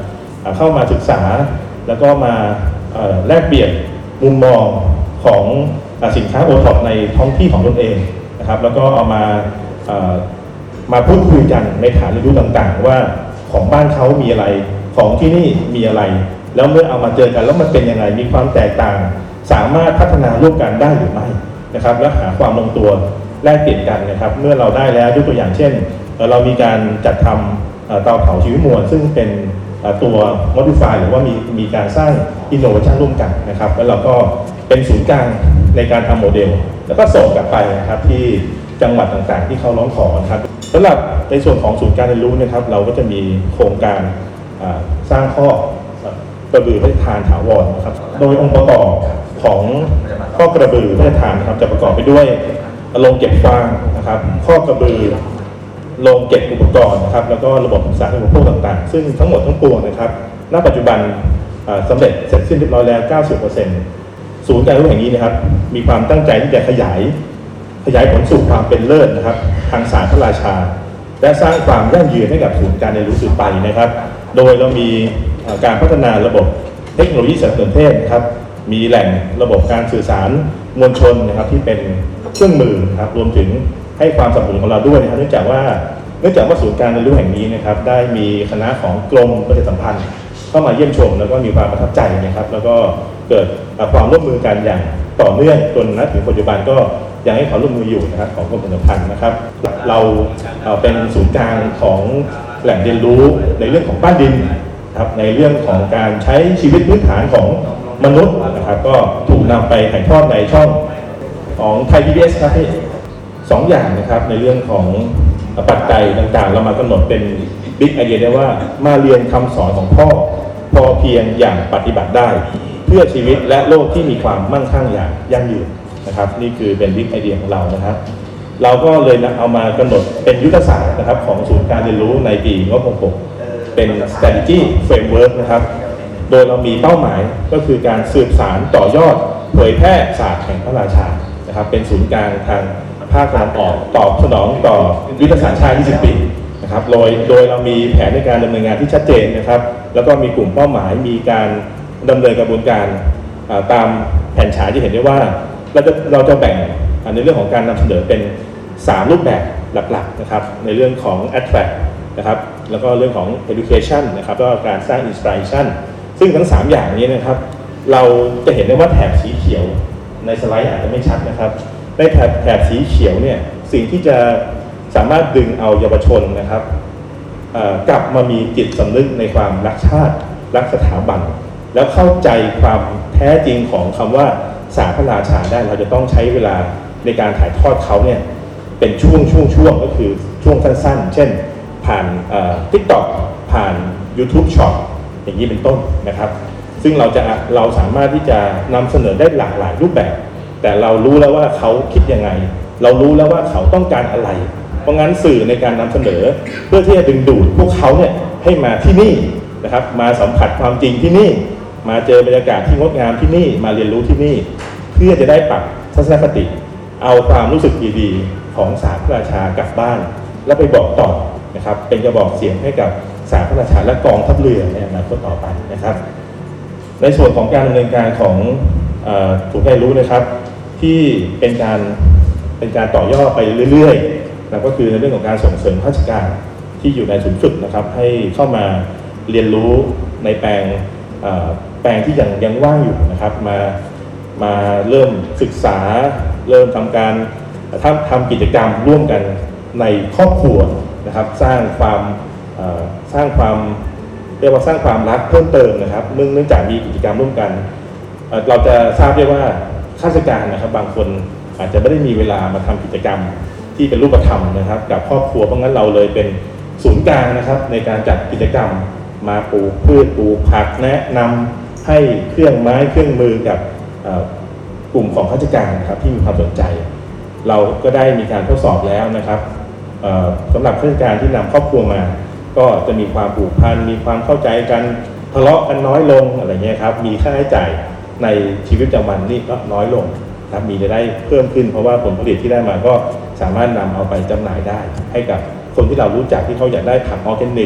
เข้ามาศึกษาแล้วก็มาแลกเปลี่ยนมุมมองของสินค้าโอท็อปในท้องที่ของตนเองนะครับแล้วก็เอามามาพูดคุยกันในฐานเรียนรู้ต่างๆว่าของบ้านเขามีอะไรของที่นี่มีอะไรแล้วเมื่อเอามาเจอกันแล้วมันเป็นยังไงมีความแตกต่างสามารถพัฒนาร่วมกันได้หรือไม่นะครับและหาความลงตัวแลกเปลี่ยนกันนะครับเมื่อเราได้แล้วยกตัวอย่างเช่นเรามีการจัดทำเตาเผาชีวมวลซึ่งเป็นตัว modify หรือว่ามีมีการสร้าง innovation ร่วมกันนะครับแล้วเราก็เป็นศูนย์กลางในการทำโมเดลแล้วก็ส่งกลับไปนะครับที่จังหวัดต่างๆที่เขาร้องขอนะครับสำหรับในส่วนของศูนย์การเรียนรู้นะครับเราก็จะมีโครงการสร้างข้อกระบือพระราชทานถาวรนะครับโดยองค์ประกอบของข้อกระบือพระราชทานนะครับจะประกอบไปด้วยโรงเก็บฟางนะครับข้อกระบือโรงเก็บอุปกรณ์นะครับแล้วก็ระบบสาธารณูปโภคต่างๆซึ่งทั้งหมดทั้งปวงนะครับณปัจจุบันสำเร็จเสร็จสิ้นเรียบร้อยแล้ว เก้าสิบเปอร์เซ็นต์ ศูนย์การเรียนรู้แห่งนี้นะครับมีความตั้งใจที่จะขยายขยายผลสู่ความเป็นเลิศนะครับทางศาสตร์พระราชาและสร้างความยั่งยืนให้กับศูนย์การเรียนรู้สืบไปนะครับโดยเรามีการพัฒนาระบบเทคโนโลยีสารสนเทศนะครับมีแหล่งระบบการสื่อสารมวลชนนะครับที่เป็นเครื่องมือครับรวมถึงให้ความสนับสนุนของเราด้วยนะครับเนื่องจากว่าเนื่องจากว่าศูนย์การเรียนรู้แห่งนี้นะครับได้มีคณะของกรมประชาสัมพันธ์เข้ามาเยี่ยมชมแล้วก็มีความประทับใจนะครับแล้วก็เกิดความร่วมมือกันอย่างต่อเนื่องจนณถึงปัจจุบันก็ยังให้ความร่วมมืออยู่นะครับของกรมประชาสัมพันธ์นะครับเราเป็นศูนย์กลางของแหล่งเรียนรู้ในเรื่องของบ้านดินครับในเรื่องของการใช้ชีวิตพื้นฐานของมนุษย์นะครับก็ถูกนำไปถ่ายทอดในช่องของไทย พี บี เอส ครับที่สองอย่างนะครับในเรื่องของปัจจัยต่างๆเรามากำหนดเป็นบิ๊กไอเดียได้ว่ามาเรียนคำสอนของพ่อพอเพียงอย่างปฏิบัติได้เพื่อชีวิตและโลกที่มีความมั่งคั่งอย่างยั่งยืนนะครับนี่คือเป็นบิ๊กไอเดียของเรานะครับเราก็เลยเอามากำหนดเป็นยุทธศาสตร์นะครับของศูนย์การเรียนรู้ในปีงบหกหกเป็น strategy framework นะครับโดยเรามีเป้าหมายก็คือการสืบสานต่อยอดเผยแพร่ศาสตร์แห่งพระราชานะครับเป็นศูนย์กลางทางภาคตะวันออกตอบสนองต่อยุทธศาสตร์ชาติยี่สิบปีนะครับโดยโดยเรามีแผนในการดำเนินงานที่ชัดเจนนะครับแล้วก็มีกลุ่มเป้าหมายมีการดำเนินกระบวนการตามแผนฉายที่เห็นได้ว่าเราจะเราจะแบ่งในเรื่องของการนำเสนอเป็นสามรูปแบบหลักๆนะครับในเรื่องของ attract นะครับแล้วก็เรื่องของ education นะครับแล้วก็การสร้าง inspiration ซึ่งทั้งสามอย่างนี้นะครับเราจะเห็นได้ว่าแถบสีเขียวในสไลด์อาจจะไม่ชัดนะครับในแถบแถบสีเขียวเนี่ยสิ่งที่จะสามารถดึงเอาเยาวชนนะครับกลับมามีจิตสำนึกในความรักชาติรักสถาบันแล้วเข้าใจความแท้จริงของคำว่าศาสตร์พระราชาได้เราจะต้องใช้เวลาในการถ่ายทอดเขาเนี่ยเป็นช่วงช่วงช่วงก็คือช่วงสั้นๆเช่นผ่าน TikTok ผ่าน YouTube Short อย่างนี้เป็นต้นนะครับซึ่งเราจะเราสามารถที่จะนำเสนอได้หลากหลายรูปแบบแต่เรารู้แล้วว่าเขาคิดยังไงเรารู้แล้วว่าเขาต้องการอะไรเพราะงั้นสื่อในการนำเสนอเพื่อที่จะดึงดูดพวกเขาเนี่ยให้มาที่นี่นะครับมาสัมผัสความจริงที่นี่มาเจอบรรยากาศที่งดงามที่นี่มาเรียนรู้ที่นี่เพื่อจะได้ปรับทัศนคติเอาความรู้สึกดีๆของศาสตร์พระราชากลับบ้านแล้วไปบอกต่อนะครับเป็นกระบอกเสียงให้กับศาสตร์พระราชาและกองทัพเรือในอนาคตต่อไปนะครับในส่วนของการดำเนินการของศูนย์การเรียนรู้นะครับที่เป็นการเป็นการต่อยอดไปเรื่อยๆนะก็คือในเรื่องของการส่งเสริมข้าราชการที่อยู่ในศูนย์ฝึกนะครับให้เข้ามาเรียนรู้ในแปลงแปลงที่ยังยังว่างอยู่นะครับมามาเริ่มศึกษาเริ่มทำการทำทำกิจกรรมร่วมกันในครอบครัวนะครับสร้างความสร้างความเรียกว่าสร้างความรักเพิ่มเติมนะครับเนื่องเนื่องจากมีกิจกรรมร่วมกันเราจะทราบได้ว่าข้าราชการนะครับบางคนอาจจะไม่ได้มีเวลามาทำกิจกรรมที่เป็นรูปธรรมนะครับกับครอบครัวเพราะงั้นเราเลยเป็นศูนย์กลางนะครับในการจัดกิจกรรมมาปลูกพืชปลูกผักแนะนำให้เครื่องไม้เครื่องมือกับกลุ่มของข้าราชการนะครับที่มีความสนใจเราก็ได้มีการทดสอบแล้วนะครับสำหรับข้าราชการที่นำครอบครัวมาก็จะมีความผูกพันมีความเข้าใจกันทะเลาะกันน้อยลงอะไรเงี้ยครับมีค่าใช้จ่ายในชีวิตประจำวันนี่ก็น้อยลงครับมีจะได้เพิ่มขึ้นเพราะว่าผลผลิตที่ได้มาก็สามารถนำเอาไปจำหน่ายได้ให้กับคนที่เรารู้จักที่เขาอยากได้ผักออร์แกนิกป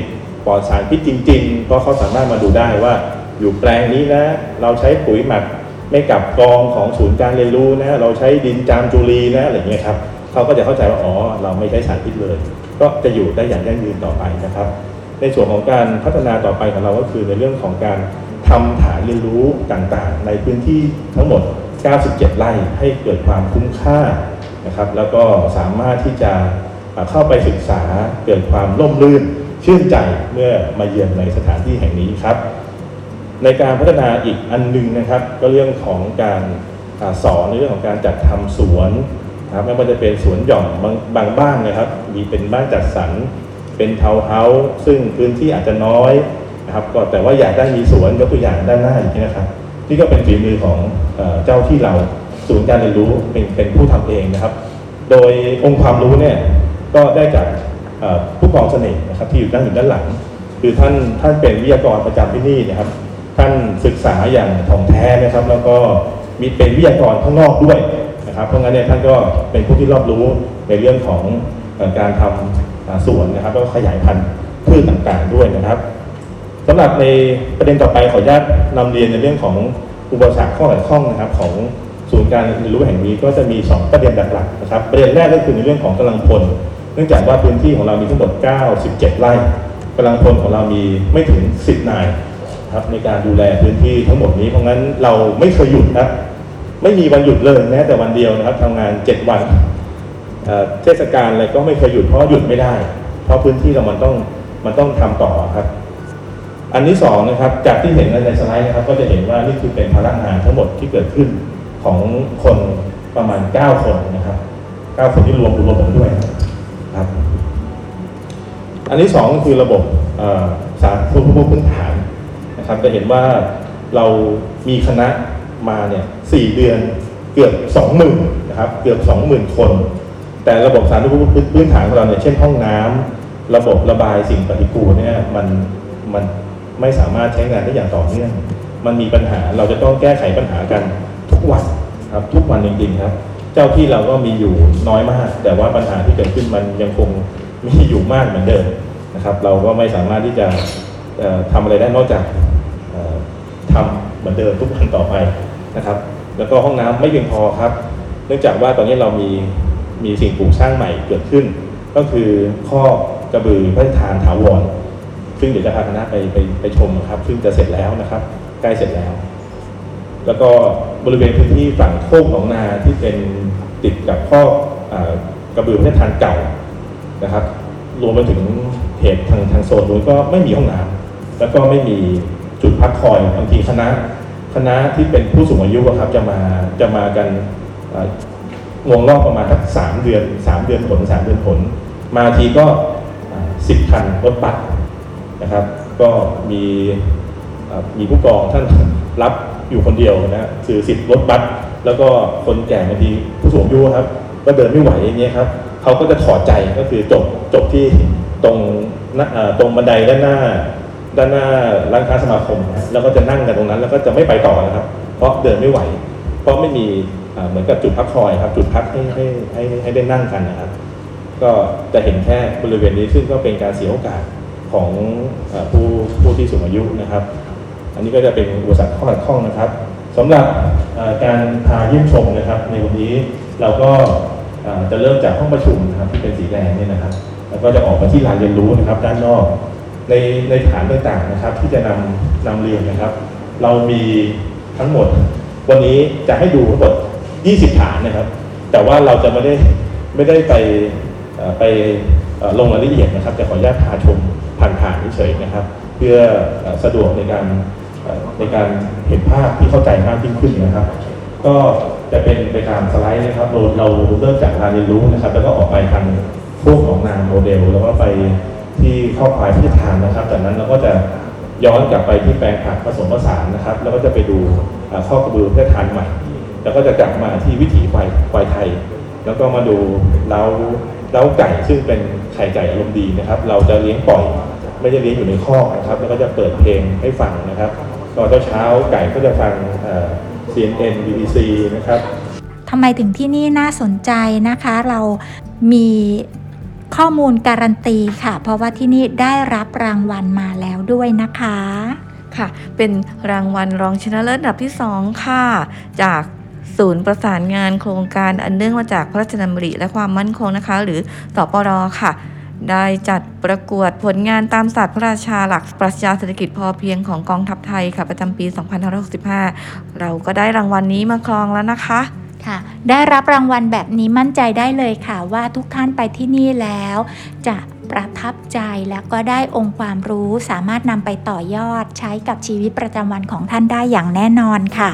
ปลอดสารพิษจริงๆเพราะเขาสามารถมาดูได้ว่าอยู่แปลงนี้นะเราใช้ปุ๋ยหมักไม่กับกองของศูนย์การเรียนรู้นะเราใช้ดินจามจุลีนะอะไรอย่างเงี้ยครับเขาก็จะเข้าใจว่าอ๋อเราไม่ใช้สารพิษเลยก็จะอยู่ได้อย่างยั่งยืนต่อไปนะครับในส่วนของการพัฒนาต่อไปของเราก็คือในเรื่องของการทำฐานเรียนรู้ต่างๆในพื้นที่ทั้งหมดเก้าสิบเจ็ดไร่ให้เกิดความคุ้มค่านะครับแล้วก็สามารถที่จะเข้าไปศึกษาเกิดความร่มรื่นชื่นใจเมื่อมาเยือนในสถานที่แห่งนี้ครับในการพัฒนาอีกอันนึงนะครับก็เรื่องของการสอนในเรื่องของการจัดทำสวนนะครับไม่ว่าจะเป็นสวนหย่อมบางบางบ้านนะครับมีเป็นบ้านจัดสรรเป็นทาวน์เฮาส์ซึ่งพื้นที่อาจจะน้อยนะครับก็แต่ว่าอยากได้มีสวนยกตัวอย่างด้านหน้าอย่างนี้นะครับที่ก็เป็นฝีมือของเอ่อเจ้าที่เราศูนย์การเรียนรู้เป็นเป็นผู้ทำเองนะครับโดยองค์ความรู้เนี่ยก็ได้จากผู้กองเสน่ห์นะครับที่อยู่ด้านอยู่ด้านหลังคือท่านท่านเป็นวิทยากรประจำที่นี่นะครับท่านศึกษาอย่างถ่องแท้นะครับแล้วก็มีเป็นวิทยากรข้างนอกด้วยนะครับเพราะงั้นเนี่ยท่านก็เป็นผู้ที่รอบรู้ในเรื่องของการทำสวนนะครับแล้วก็ขยายพันธุ์พืชต่างๆด้วยนะครับสำหรับในประเด็นต่อไปขออนุญาตนำเรียนในเรื่องของอุปสรรคข้อขัดข้องนะครับของศูนย์การเรียนรู้แห่งนี้ก็จะมีสองประเด็นหลักๆนะครับประเด็นแรกก็คือในเรื่องของกำลังพลเนื่องจากว่าพื้นที่ของเรามีทั้งหมดเก้าสิบเจ็ดไร่กำลังพลของเรามีไม่ถึงสิบนายครับในการดูแลพื้นที่ทั้งหมดนี้เพราะงั้นเราไม่เคยหยุดนะไม่มีวันหยุดเลยแม้แต่วันเดียวนะครับทำงานเจ็ดวันเทศกาลอะไรก็ไม่เคยหยุดเพราะหยุดไม่ได้เพราะพื้นที่เรามันต้องมันต้องทำต่อครับอันที่สองนะครับจากที่เห็นในสไลด์นะครับก็จะเห็นว่านี่คือเป็นภาระงานทั้งหมดที่เกิดขึ้นของคนประมาณเก้าคนนะครับเก้าคนที่รวมรวมผมด้วยครับอันที่สองก็คือระบบสาธารณูปโภคพื้นฐานนะครับจะเห็นว่าเรามีคณะมาเนี่ยสี่เดือนเกือบสองหมื่นนะครับเกือบสองหมื่นคนแต่ระบบสาธารณูปโภคพื้นฐานของเราเนี่ยเช่นห้องน้ำระบบระบายสิ่งปฏิกูลเนี่ยมันมันไม่สามารถใช้งานได้อย่างต่อเนื่องมันมีปัญหาเราจะต้องแก้ไขปัญหากันทุกวันครับทุกวันจริงๆครับเจ้าที่เราก็มีอยู่น้อยมากแต่ว่าปัญหาที่เกิดขึ้นมันยังคงมีอยู่มากเหมือนเดิมนะครับเราก็ไม่สามารถที่จะทำอะไรได้นอกจากทำเหมือนเดิมทุกวันต่อไปนะครับแล้วก็ห้องน้ำไม่เพียงพอครับเนื่องจากว่าตอนนี้เรามีมีสิ่งปลูกสร้างใหม่เกิดขึ้นก็คือข้อกระบือพระราชทานถาวรซึ่งเดี๋ยวจะพาคณะไปไปไปชมครับซึ่งจะเสร็จแล้วนะครับใกล้เสร็จแล้วแล้วก็บริเวณพื้นที่ฝั่งโคกหนองนาที่เป็นติดกับข้อกระบือพระราชทานเก่านะครับรวมไปถึงเหตุทางทางโซนนู้นก็ไม่มีห้องน้ำแล้วก็ไม่มีจุดพักคอยบางทีคณะคณะที่เป็นผู้สูงอายุครับจะมาจะมากันวงรอบประมาณสักสามเดือนสามเดือนผลสามเดือนผลมาทีก็สิบคันรถบัสนะครับก็มีมีผู้กองท่านรับอยู่คนเดียวนะซื้อสิบรถบัสแล้วก็คนแก่บางทีผู้สูงอายุครับก็เดินไม่ไหวอย่างเงี้ยครับเขาก็จะถอดใจก็คือจบจบที่ตรงตรงบันไดด้านหน้าด้านหน้าร้านค้าสมาคมนะแล้วก็จะนั่งกันตรงนั้นแล้วก็จะไม่ไปต่อนะครับเพราะเดินไม่ไหวเพราะไม่มีเหมือนกับจุดพักคอยครับจุดพักให้ให้ให้ให้ได้นั่งกันนะครับก็จะเห็นแค่บริเวณนี้ซึ่งก็เป็นการเสียโอกาสของผู้ผู้ที่สูงอายุนะครับอันนี้ก็จะเป็นอุปสรรคข้อขัดข้องนะครับสำหรับการพาเยี่ยมชมนะครับในวันนี้เราก็จะเริ่มจากห้องประชุมนะครับที่เป็นสีแดงนี่นะครับแล้วก็จะออกมาที่ลานเรียนรู้นะครับด้านนอกในในฐานต่างๆนะครับที่จะนำนำเรียนนะครับเรามีทั้งหมดวันนี้จะให้ดูทั้งหมดยี่สิบฐานนะครับแต่ว่าเราจะไม่ได้ไม่ได้ไปไปลงรายละเอียดนะครับแต่ขออนุญาตพาชมผ่านๆเฉยๆนะครับเพื่อสะดวกในการในการเห็นภาพที่เข้าใจมากยิ่งขึ้นนะครับก็จะเป็นไปตามสไลด์นะครับเราเราเริ่มจากการเรียนรู้นะครับแล้วก็ออกไปทางพวกของนามโมเดลแล้วก็ไปที่เข้าควายพิจารณานะครับจากนั้นเราก็จะย้อนกลับไปที่แปลงผักผสมผสานนะครับแล้วก็จะไปดูข้อกระบือเพื่อทานใหม่แล้วก็จะกลับมาที่วิถีควายควายไทยแล้วก็มาดูเล้าเล้าไก่ซึ่งเป็นไข่ไก่อารมณ์ดีนะครับเราจะเลี้ยงปล่อยไม่ได้เลี้ยงอยู่ในคอกนะครับแล้วก็จะเปิดเพลงให้ฟังนะครับตอนเช้าไก่ก็จะฟัง ซี เอ็น เอ็น บี บี ซี นะครับทำไมถึงที่นี่น่าสนใจนะคะเรามีข้อมูลการันตีค่ะเพราะว่าที่นี่ได้รับรางวัลมาแล้วด้วยนะคะค่ะเป็นรางวัลรองชนะเลิศอันดับที่สองค่ะจากศูนย์ประสานงานโครงการอันเนื่องมาจากพระราชดำริและความมั่นคงนะคะหรือสปร.ค่ะได้จัดประกวดผลงานตามศาสตร์พระราชาหลักปรัชญาเศรษฐกิจพอเพียงของกองทัพไทยค่ะประจำปีสองพันห้าร้อยหกสิบห้าเราก็ได้รางวัลนี้มาครองแล้วนะคะค่ะได้รับรางวัลแบบนี้มั่นใจได้เลยค่ะว่าทุกท่านไปที่นี่แล้วจะประทับใจแล้วก็ได้องค์ความรู้สามารถนำไปต่อยอดใช้กับชีวิตประจำวันของท่านได้อย่างแน่นอนค่ะ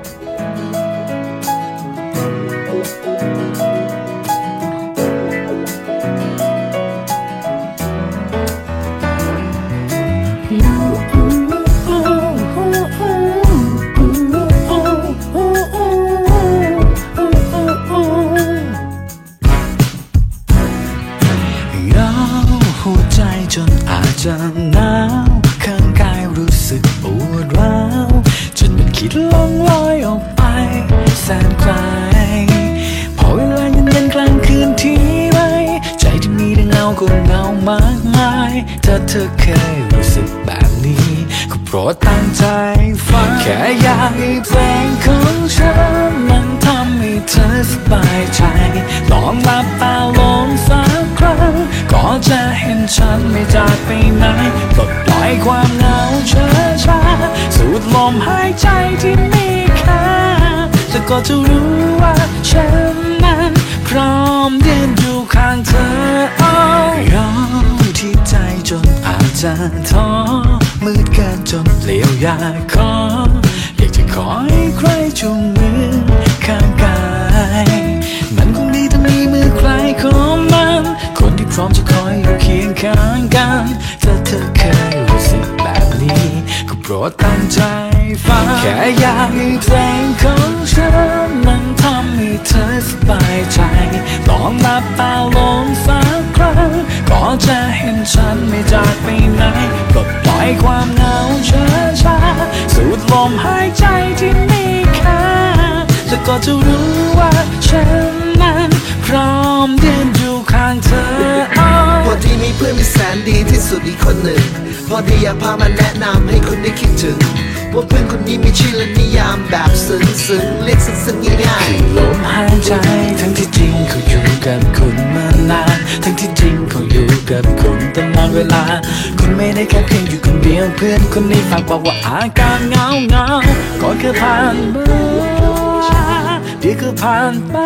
จนอาจจะหนาวข้างกายรู้สึกปวดร้าวจนมันคิดล่องลอยออกไปแสนไกลพอเวลาเย็นๆกลางคืนที่ไรใจที่มีแต่เงาก็เงามากมายถ้าเธอเคยรู้สึกแบบนี้ก็โปรดตั้งใจฟังแค่อยากให้เพลงของฉันมันทำให้เธอสบายใจลองหลับตาลงสักครั้งก็จะเห็นฉันไม่จากไปไหนปลดปล่อยความเหงาช้าๆสูดลมหายใจที่มีค่าแล้วก็จะรู้ว่าฉันนั้นพร้อมยืนอยู่ข้างเธอเราที่ใจจนอาจจะท้อมืดเกินจนเปลี่ยวอยากขออยากจะขอให้ใครจูงมือข้างกายมันคงดีถ้ามีมือใครของมันคนที่พร้อมจะคอยอยู่เคียงข้างกันถ้าเธอเคยรู้สึกแบบนี้ก็โปรดตั้งใจฟังแค่อยากให้เพลงของฉันมันทำให้เธอสบายใจลองหลับตาลงสักครั้งก็จะเห็นฉันไม่จากไปไหนปลดปล่อยความเหงาช้าๆสูดลมหายใจที่มีค่าแล้วก็จะรู้ว่าฉันนั้นพร้อมยืนอยู่ข้างเธอพอดีมีเพื่อนที่แสนดีที่สุดอีกคนหนึ่งพอดีอยากพามาแนะนำให้คุณได้คิดถึงว่าเพื่อนคนนี้มีชื่อและนิยามแบบซึ้งๆเรียกซึ้งๆง่ายๆลมหายใจทั้งที่จริงเขาอยู่กับคุณมานานทั้งที่จริงเขาอยู่กับคุณตลอดเวลาคุณไม่ได้แค่เพียงอยู่คนเดียวเพื่อนคนนี้ฝากบอกว่าอาการเหงาเหงาก็แค่ผ่านไปเดี๋ยวก็ผ่านไป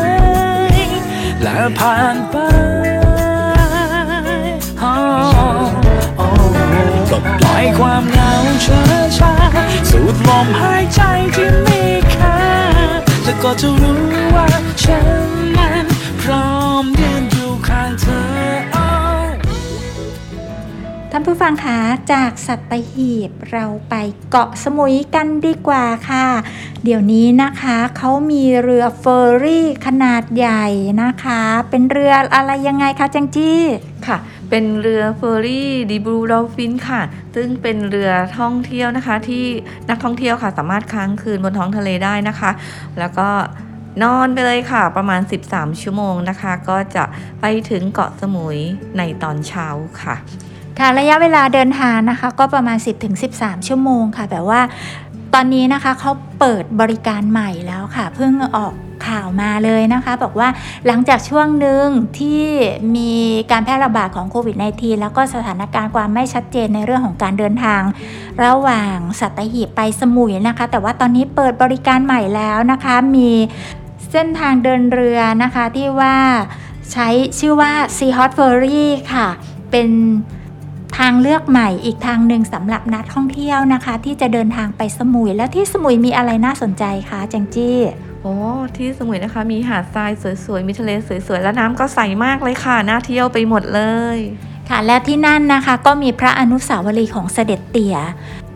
แล้วผ่านไปปลดปล่อยความเหงาช้าๆสูดลมหายใจที่มีค่าแล้วก็จะรู้ว่าฉันนั้นพร้อมยืนอยู่ข้างเธอท่านผู้ฟังคะจากสัตหีบเราไปเกาะสมุยกันดีกว่าค่ะเดี๋ยวนี้นะคะเขามีเรือเฟอร์รี่ขนาดใหญ่นะคะเป็นเรืออะไรยังไงคะจังจี้ค่ะเป็นเรือเฟอร์รี่ดีบลูดอลฟินค่ะซึ่งเป็นเรือท่องเที่ยวนะคะที่นักท่องเที่ยวค่ะสามารถค้างคืนบนท้องทะเลได้นะคะแล้วก็นอนไปเลยค่ะประมาณสิบสามชั่วโมงนะคะก็จะไปถึงเกาะสมุยในตอนเช้าค่ะค่ะระยะเวลาเดินทางนะคะก็ประมาณ สิบถึงสิบสาม ชั่วโมงค่ะแบบว่าตอนนี้นะคะเขาเปิดบริการใหม่แล้วค่ะเพิ่งออกข่าวมาเลยนะคะบอกว่าหลังจากช่วงหนึ่งที่มีการแพร่ระบาดของโควิด สิบเก้า แล้วก็สถานการณ์ความไม่ชัดเจนในเรื่องของการเดินทางระหว่างสัตหีบไปสมุยนะคะแต่ว่าตอนนี้เปิดบริการใหม่แล้วนะคะมีเส้นทางเดินเรือนะคะที่ว่าใช้ชื่อว่า Seahorse Ferry ค่ะเป็นทางเลือกใหม่อีกทางหนึ่งสำหรับนักท่องเที่ยวนะคะที่จะเดินทางไปสมุยแล้วที่สมุยมีอะไรน่าสนใจคะแจงจี้โอ้ที่สมุยนะคะมีหาดทรายสวยๆมีทะเลสวยๆและน้ำก็ใสมากเลยค่ะน่าเที่ยวไปหมดเลยค่ะและที่นั่นนะคะก็มีพระอนุสาวรีย์ของเสด็จเตี่ย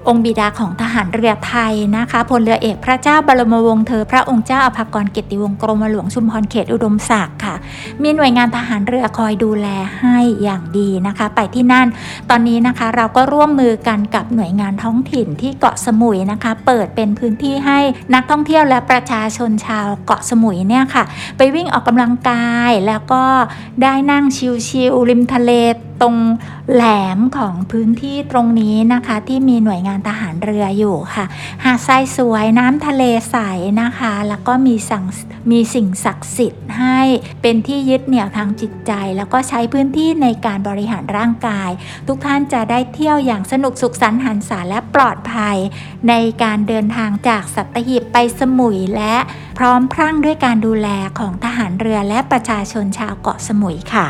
องค์บิดาของทหารเรือไทยนะคะพลเรือเอกพระเจ้าบรมวงศ์เธอพระองค์เจ้าอภากรเกียรติวงศ์กรมหลวงชุมพรเขตอุดมศักดิ์ค่ะมีหน่วยงานทหารเรือคอยดูแลให้อย่างดีนะคะไปที่นั่นตอนนี้นะคะเราก็ร่วมมือกันกับหน่วยงานท้องถิ่นที่เกาะสมุยนะคะเปิดเป็นพื้นที่ให้นักท่องเที่ยวและประชาชนชาวเกาะสมุยเนี่ยค่ะไปวิ่งออกกำลังกายแล้วก็ได้นั่งชิลๆริมทะเลตรงแหลมของพื้นที่ตรงนี้นะคะที่มีหน่วยงานทหารเรืออยู่ค่ะหาดทรายสวยน้ำทะเลใสนะคะแล้วก็มีสั่งมีสิ่งศักดิ์สิทธิ์ให้เป็นที่ยึดเหนี่ยวทางจิตใจแล้วก็ใช้พื้นที่ในการบริหารร่างกายทุกท่านจะได้เที่ยวอย่างสนุกสุขสันต์หันษาและปลอดภัยในการเดินทางจากสัตหีบไปสมุยและพร้อมพรั่งด้วยการดูแลของทหารเรือและประชาชนชาวเกาะสมุยค่ะ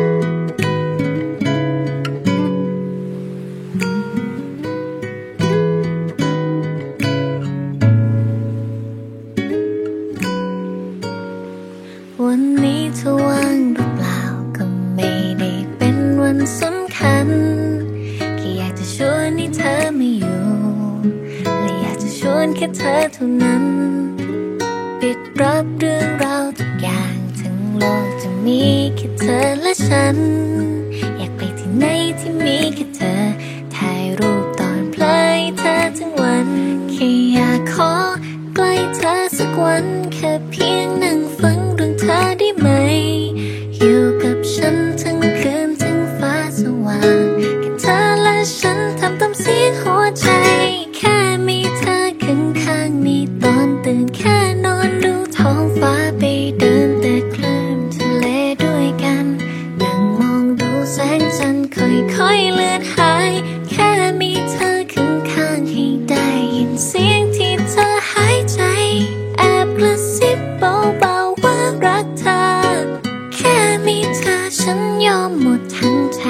วันนี้เธอว่างหรือเปล่าก็ไม่ได้เป็นวันสำคัญแค่อยากจะชวนให้เธอมาอยู่และอยากจะชวนแค่เธอเท่านั้นปิดรับเรื่องราวทุกอย่างทั้งโลกจะมีแค่เธอและฉันอยากไปที่ไหนที่มีแค่เธอถ่ายรูปตอนเพลยเธอทั้งวันแค่อยากขอใกล้เธอสักวันแค่เพียงนั่งฟังเรื่องเธอได้ไหมอยู่กับฉันทั้งคืนถึงฟ้าสว่างแค่เธอและฉันทำตามเสียงหัวใจแค่มีเธอข้างๆนี่ตอนตื่นแค่นอนดูท้องฟ้าไปเดินแต่คลื่นทะเลด้วยกันนั่งมองดูแสงจันทร์ค่อยๆเลือนหายแค่มีเธอข้างๆให้ได้ยินเสียงที่เธอหายใจแอบกระซิบเบาๆว่ารักเธอแค่มีเธอฉันยอมหมดทั้งใจ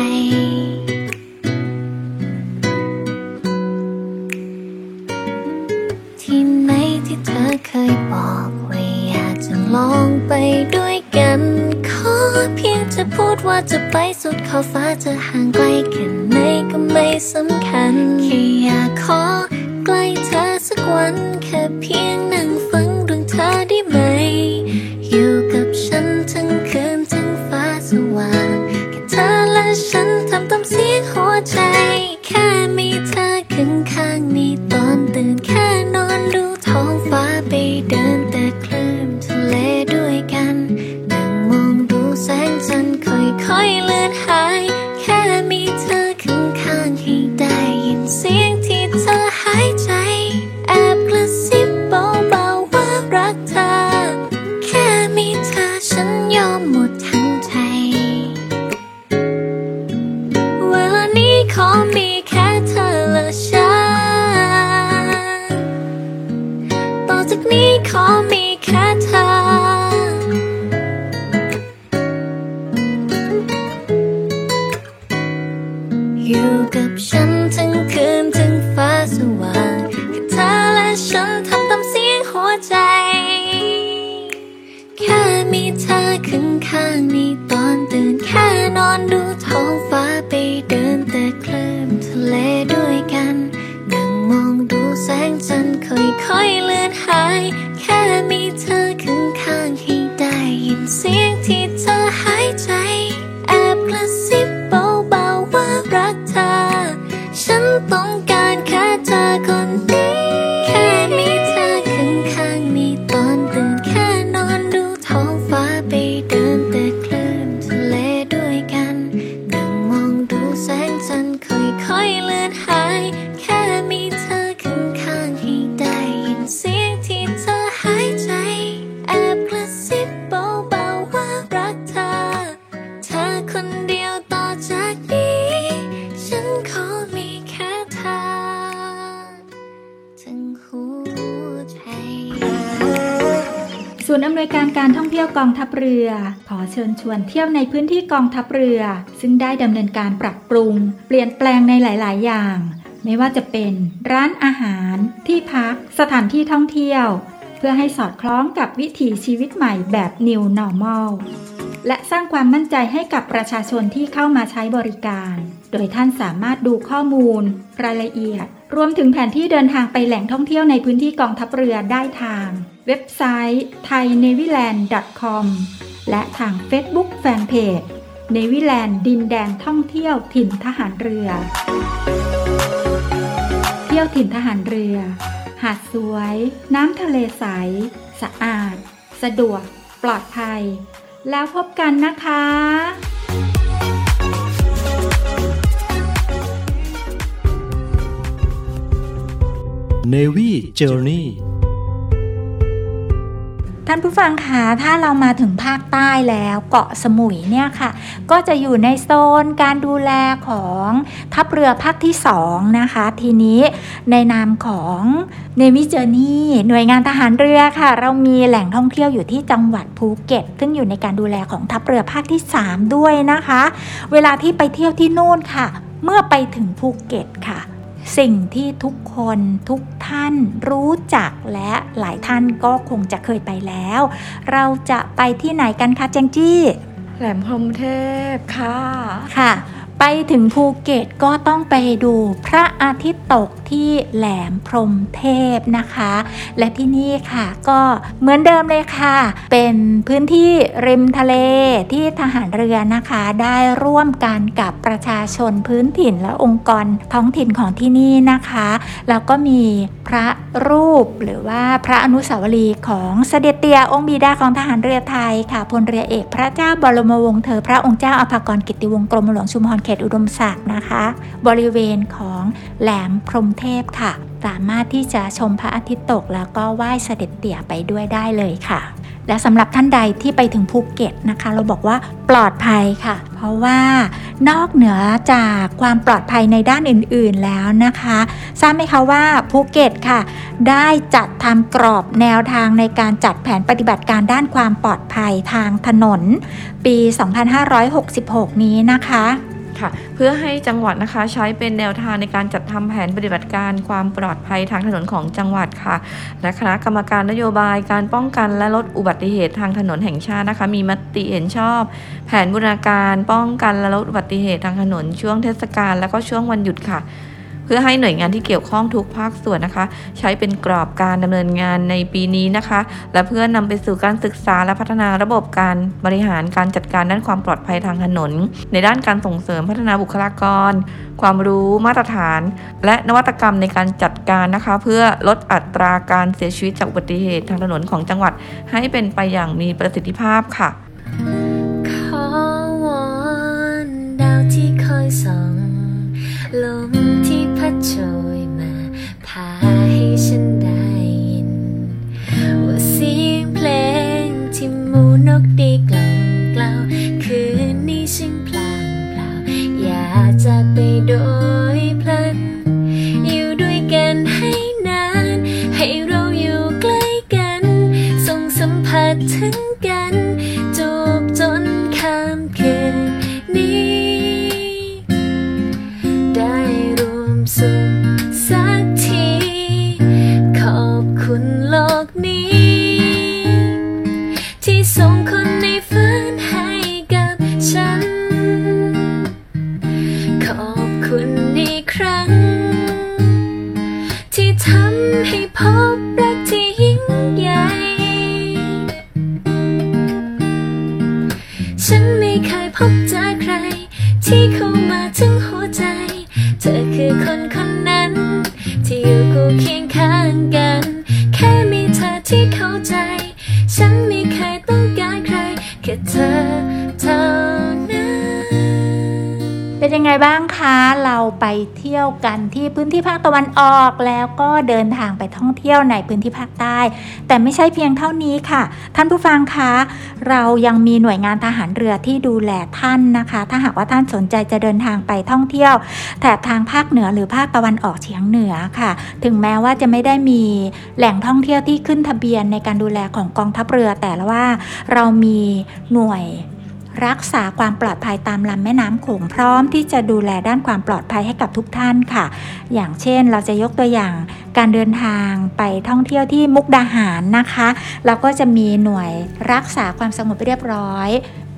ที่ไหนที่เธอเคยบอกว่าอยากจะลองไปด้วยกันขอเพียงจะพูดว่าจะไปสุดขอบฟ้าจะห่างไกลแค่ไหนก็ไม่สำคัญแค่อยากขอใกล้เธอสักวันแค่เพียงนั่งฟังเรื่องเธอได้ไหมอยู่กับฉันทั้งคืนถึงฟ้าสว่างแค่เธอและฉันทำตามเสียงหัวใจแค่มีเธอข้างๆนี่ตอนตื่นแค่นอนดูท้องฟ้าไปเดินแต่คลื่นทะเลด้วยกันนั่งมองดูแสงจันทร์ค่อยๆเลือนหายแค่มีเธอข้างๆให้ได้ยินเสียงที่เธอหายใจแอบกระซิบเบาๆว่ารักเธอแค่มีเธอฉันยอมหมดทั้งใจเวลานี้ขอมีแค่เธอและฉันต่อจากนี้ขอมีแค่เธออยู่กับฉันทั้งคืนถึงฟ้าสว่างแค่เธอและฉันทำตามเสียงหัวใจแค่มีเธอข้างๆนี่ตอนตื่นแค่นอนดูท้องฟ้าไปเดินแต่คลื่นทะเลด้วยกันนั่งมองดูแสงจันทร์ค่อยๆเลือนหายแค่มีเธอข้างๆให้ได้ยินเสียงที่เธอหายใจแอบกระซิบเบาๆว่ารักเธอฉันต้องการแค่เธอคนนี้แค่มีเธอข้างๆนี่ตอนตื่นแค่นอนดูท้องฟ้าไปเดินแต่คลื่นทะเลด้วยกันนั่งมองดูแสงจันทร์ค่อยๆเลือนหายแค่มีเธอข้างๆให้ได้ยินเสียงที่เธอหายใจแอบกระซิบเบาๆว่ารักเธอเธอคนเดียวต่อจากนี้ฉันขอมีแค่เธอทั้งหัวใจศูนย์อำนวยการการท่องเที่ยวกองทัพเรือขอเชิญชวนเที่ยวในพื้นที่กองทัพเรือซึ่งได้ดำเนินการปรับปรุงเปลี่ยนแปลงในหลายๆอย่างไม่ว่าจะเป็นร้านอาหารที่พักสถานที่ท่องเที่ยวเพื่อให้สอดคล้องกับวิถีชีวิตใหม่แบบ New Normal และสร้างความมั่นใจให้กับประชาชนที่เข้ามาใช้บริการโดยท่านสามารถดูข้อมูลรายละเอียดรวมถึงแผนที่เดินทางไปแหล่งท่องเที่ยวในพื้นที่กองทัพเรือได้ทางเว็บไซต์ ไทยเนวิแลนด์ ดอท คอม และทาง Facebook Fanpage เนวิแลนด์ดินแดนท่องเที่ยวถิ่นทหารเรือเที่ยวถิ่นทหารเรือหาดสวยน้ำทะเลใสสะอาดสะดวกปลอดภัยแล้วพบกันนะคะ Navy Journey ท่านผู้ฟังคะถ้าเรามาถึงภาคใต้แล้วเกาะสมุยเนี่ยค่ะก็จะอยู่ในโซนการดูแลของทัพเรือภาคที่สองนะคะทีนี้ในนามของ Navy Journey หน่วยงานทหารเรือค่ะเรามีแหล่งท่องเที่ยวอยู่ที่จังหวัดภูเก็ตซึ่งอยู่ในการดูแลของทัพเรือภาคที่สามด้วยนะคะเวลาที่ไปเที่ยวที่นู่นค่ะเมื่อไปถึงภูเก็ตค่ะสิ่งที่ทุกคนทุกท่านรู้จักและหลายท่านก็คงจะเคยไปแล้วเราจะไปที่ไหนกันคะแจงจี้แหลมพรหมเทพค่ะค่ะไปถึงภูเก็ตก็ต้องไปดูพระอาทิตย์ตกที่แหลมพรหมเทพนะคะและที่นี่ค่ะก็เหมือนเดิมเลยค่ะเป็นพื้นที่ริมทะเลที่ทหารเรือนะคะได้ร่วมกันกับประชาชนพื้นถิ่นและองค์กรท้องถิ่นของที่นี่นะคะแล้วก็มีพระรูปหรือว่าพระอนุสาวรีย์ของเสด็จเตี่ยองค์บิดาของทหารเรือไทยค่ะพลเรือเอกพระเจ้าบรมวงศ์เธอพระองค์เจ้าอภากรกิตติวงศ์กรมหลวงชุมพรเขตอุดมศักดิ์นะคะบริเวณของแหลมพรหมเทพค่ะสามารถที่จะชมพระอาทิตย์ตกแล้วก็ไหว้เสด็จเตี่ยไปด้วยได้เลยค่ะและสำหรับท่านใดที่ไปถึงภูเก็ตนะคะเราบอกว่าปลอดภัยค่ะเพราะว่านอกเหนือจากความปลอดภัยในด้านอื่นๆแล้วนะคะทราบไหมคะว่าภูเก็ตค่ะได้จัดทำกรอบแนวทางในการจัดแผนปฏิบัติการด้านความปลอดภัยทางถนนปีสองพันห้าร้อยหกสิบหกนี้นะคะเพื่อให้จังหวัดนะคะใช้เป็นแนวทางในการจัดทำแผนปฏิบัติการความปลอดภัยทางถนนของจังหวัดค่ะและคณะกรรมการนโยบายการป้องกันและลดอุบัติเหตุทางถนนแห่งชาตินะคะมีมติเห็นชอบแผนบูรณาการป้องกันและลดอุบัติเหตุทางถนนช่วงเทศกาลและก็ช่วงวันหยุดค่ะเพื่อให้หน่วยงานที่เกี่ยวข้องทุกภาคส่วนนะคะใช้เป็นกรอบการดำเนินงานในปีนี้นะคะและเพื่อนำไปสู่การศึกษาและพัฒนาระบบการบริหารการจัดการด้านความปลอดภัยทางถนนในด้านการส่งเสริมพัฒนาบุคลากรความรู้มาตรฐานและนวัตกรรมในการจัดการนะคะเพื่อลดอัตราการเสียชีวิตจากอุบัติเหตุทางถนนของจังหวัดให้เป็นไปอย่างมีประสิทธิภาพค่ะขอวอนดาวที่คอยส่องลมที่พัดโชยมาพาให้ฉันได้ยินว่าเสียงเพลงที่หมู่นกได้กล่อมกล่าวคืนนี้ฉันพลางเปล่าอย่าจากไปโดยพลันอยู่ด้วยกันให้นานให้เราอยู่ใกล้กันส่งสัมผัสถึงกันจูบจนข้ามคืนนี้ได้รวมสุขสักทีขอบคุณโลกนี้ที่ส่งคนในฝันให้กับฉันขอบคุณอีกครั้งที่ทำให้พบรักที่ยิ่งใหญ่ฉันไม่เคยพบเจอใครที่เข้ามาถึงหัวใจเธอคือคนคนนั้นที่อยู่คู่เคียงข้างกันแค่มีเธอที่เข้าใจฉันไม่เคยต้องการใครแค่เธอเท่านั้นเป็นยังไงบ้างคะเราไปเที่ยวกันที่พื้นที่ภาคตะวันออกแล้วก็เดินทางไปท่องเที่ยวในพื้นที่ภาคใต้แต่ไม่ใช่เพียงเท่านี้ค่ะท่านผู้ฟังคะเรายังมีหน่วยงานทหารเรือที่ดูแลท่านนะคะถ้าหากว่าท่านสนใจจะเดินทางไปท่องเที่ยวแถบทางภาคเหนือหรือภาคตะวันออกเฉียงเหนือค่ะถึงแม้ว่าจะไม่ได้มีแหล่งท่องเที่ยวที่ขึ้นทะเบียนในการดูแลของกองทัพเรือแต่ว่าเรามีหน่วยรักษาความปลอดภัยตามลำแม่น้ำโขงพร้อมที่จะดูแลด้านความปลอดภัยให้กับทุกท่านค่ะอย่างเช่นเราจะยกตัวอย่างการเดินทางไปท่องเที่ยวที่มุกดาหารนะคะเราก็จะมีหน่วยรักษาความสงบเรียบร้อย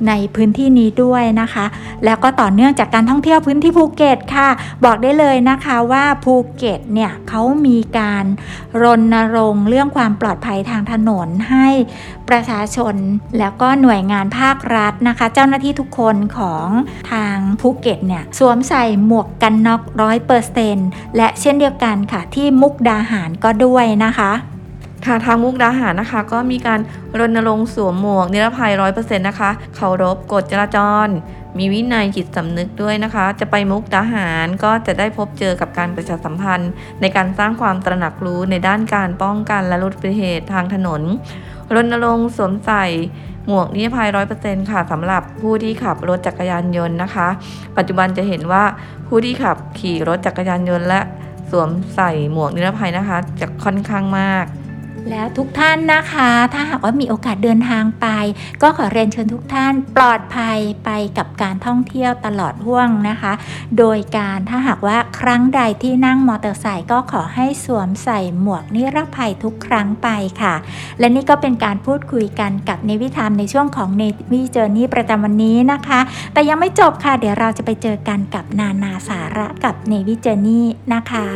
ในพื้นที่นี้ด้วยนะคะแล้วก็ต่อเนื่องจากการท่องเที่ยวพื้นที่ภูเก็ตค่ะบอกได้เลยนะคะว่าภูเก็ตเนี่ยเขามีการรณรงค์เรื่องความปลอดภัยทางถนนให้ประชาชนแล้วก็หน่วยงานภาครัฐนะคะเจ้าหน้าที่ทุกคนของทางภูเก็ตเนี่ยสวมใส่หมวกกันน็อก ร้อยเปอร์เซ็นต์ และเช่นเดียวกันค่ะที่มุกดาหารก็ด้วยนะคะค่ะทางมุกดาหารนะคะก็มีการรณรงค์สวมหมวกนิรภัย ร้อยเปอร์เซ็นต์ นะคะเคารพกฎจราจรมีวินัยจิตสำนึกด้วยนะคะจะไปมุกดาหารก็จะได้พบเจอกับการประชาสัมพันธ์ในการสร้างความตระหนักรู้ในด้านการป้องกันและลดอุบัติเหตุทางถนนรณรงค์สวมใส่หมวกนิรภัย ร้อยเปอร์เซ็นต์ ค่ะสำหรับผู้ที่ขับรถจักรยานยนต์นะคะปัจจุบันจะเห็นว่าผู้ที่ขับขี่รถจักรยานยนต์และสวมใส่หมวกนิรภัยนะคะจะค่อนข้างมากแล้วทุกท่านนะคะถ้าหากว่ามีโอกาสเดินทางไปก็ขอเรียนเชิญทุกท่านปลอดภัยไปกับการท่องเที่ยวตลอดห่วงนะคะโดยการถ้าหากว่าครั้งใดที่นั่งมอเตอร์ไซค์ก็ขอให้สวมใส่หมวกนิรภัยทุกครั้งไปค่ะและนี่ก็เป็นการพูดคุยกันกับเนวิธรรมในช่วงของ Navy Journey ประจำวันนี้นะคะแต่ยังไม่จบค่ะเดี๋ยวเราจะไปเจอกันกับนานาสาระกับ Navy Journey นะคะ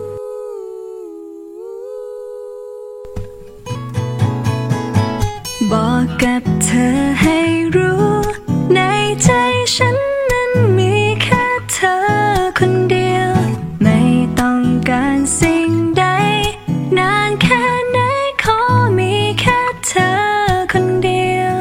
บอกกับเธอให้รู้ในใจฉันนั้นมีแค่เธอคนเดียวไม่ต้องการสิ่งใดนานแค่ไหนขอมีแค่เธอคนเดียว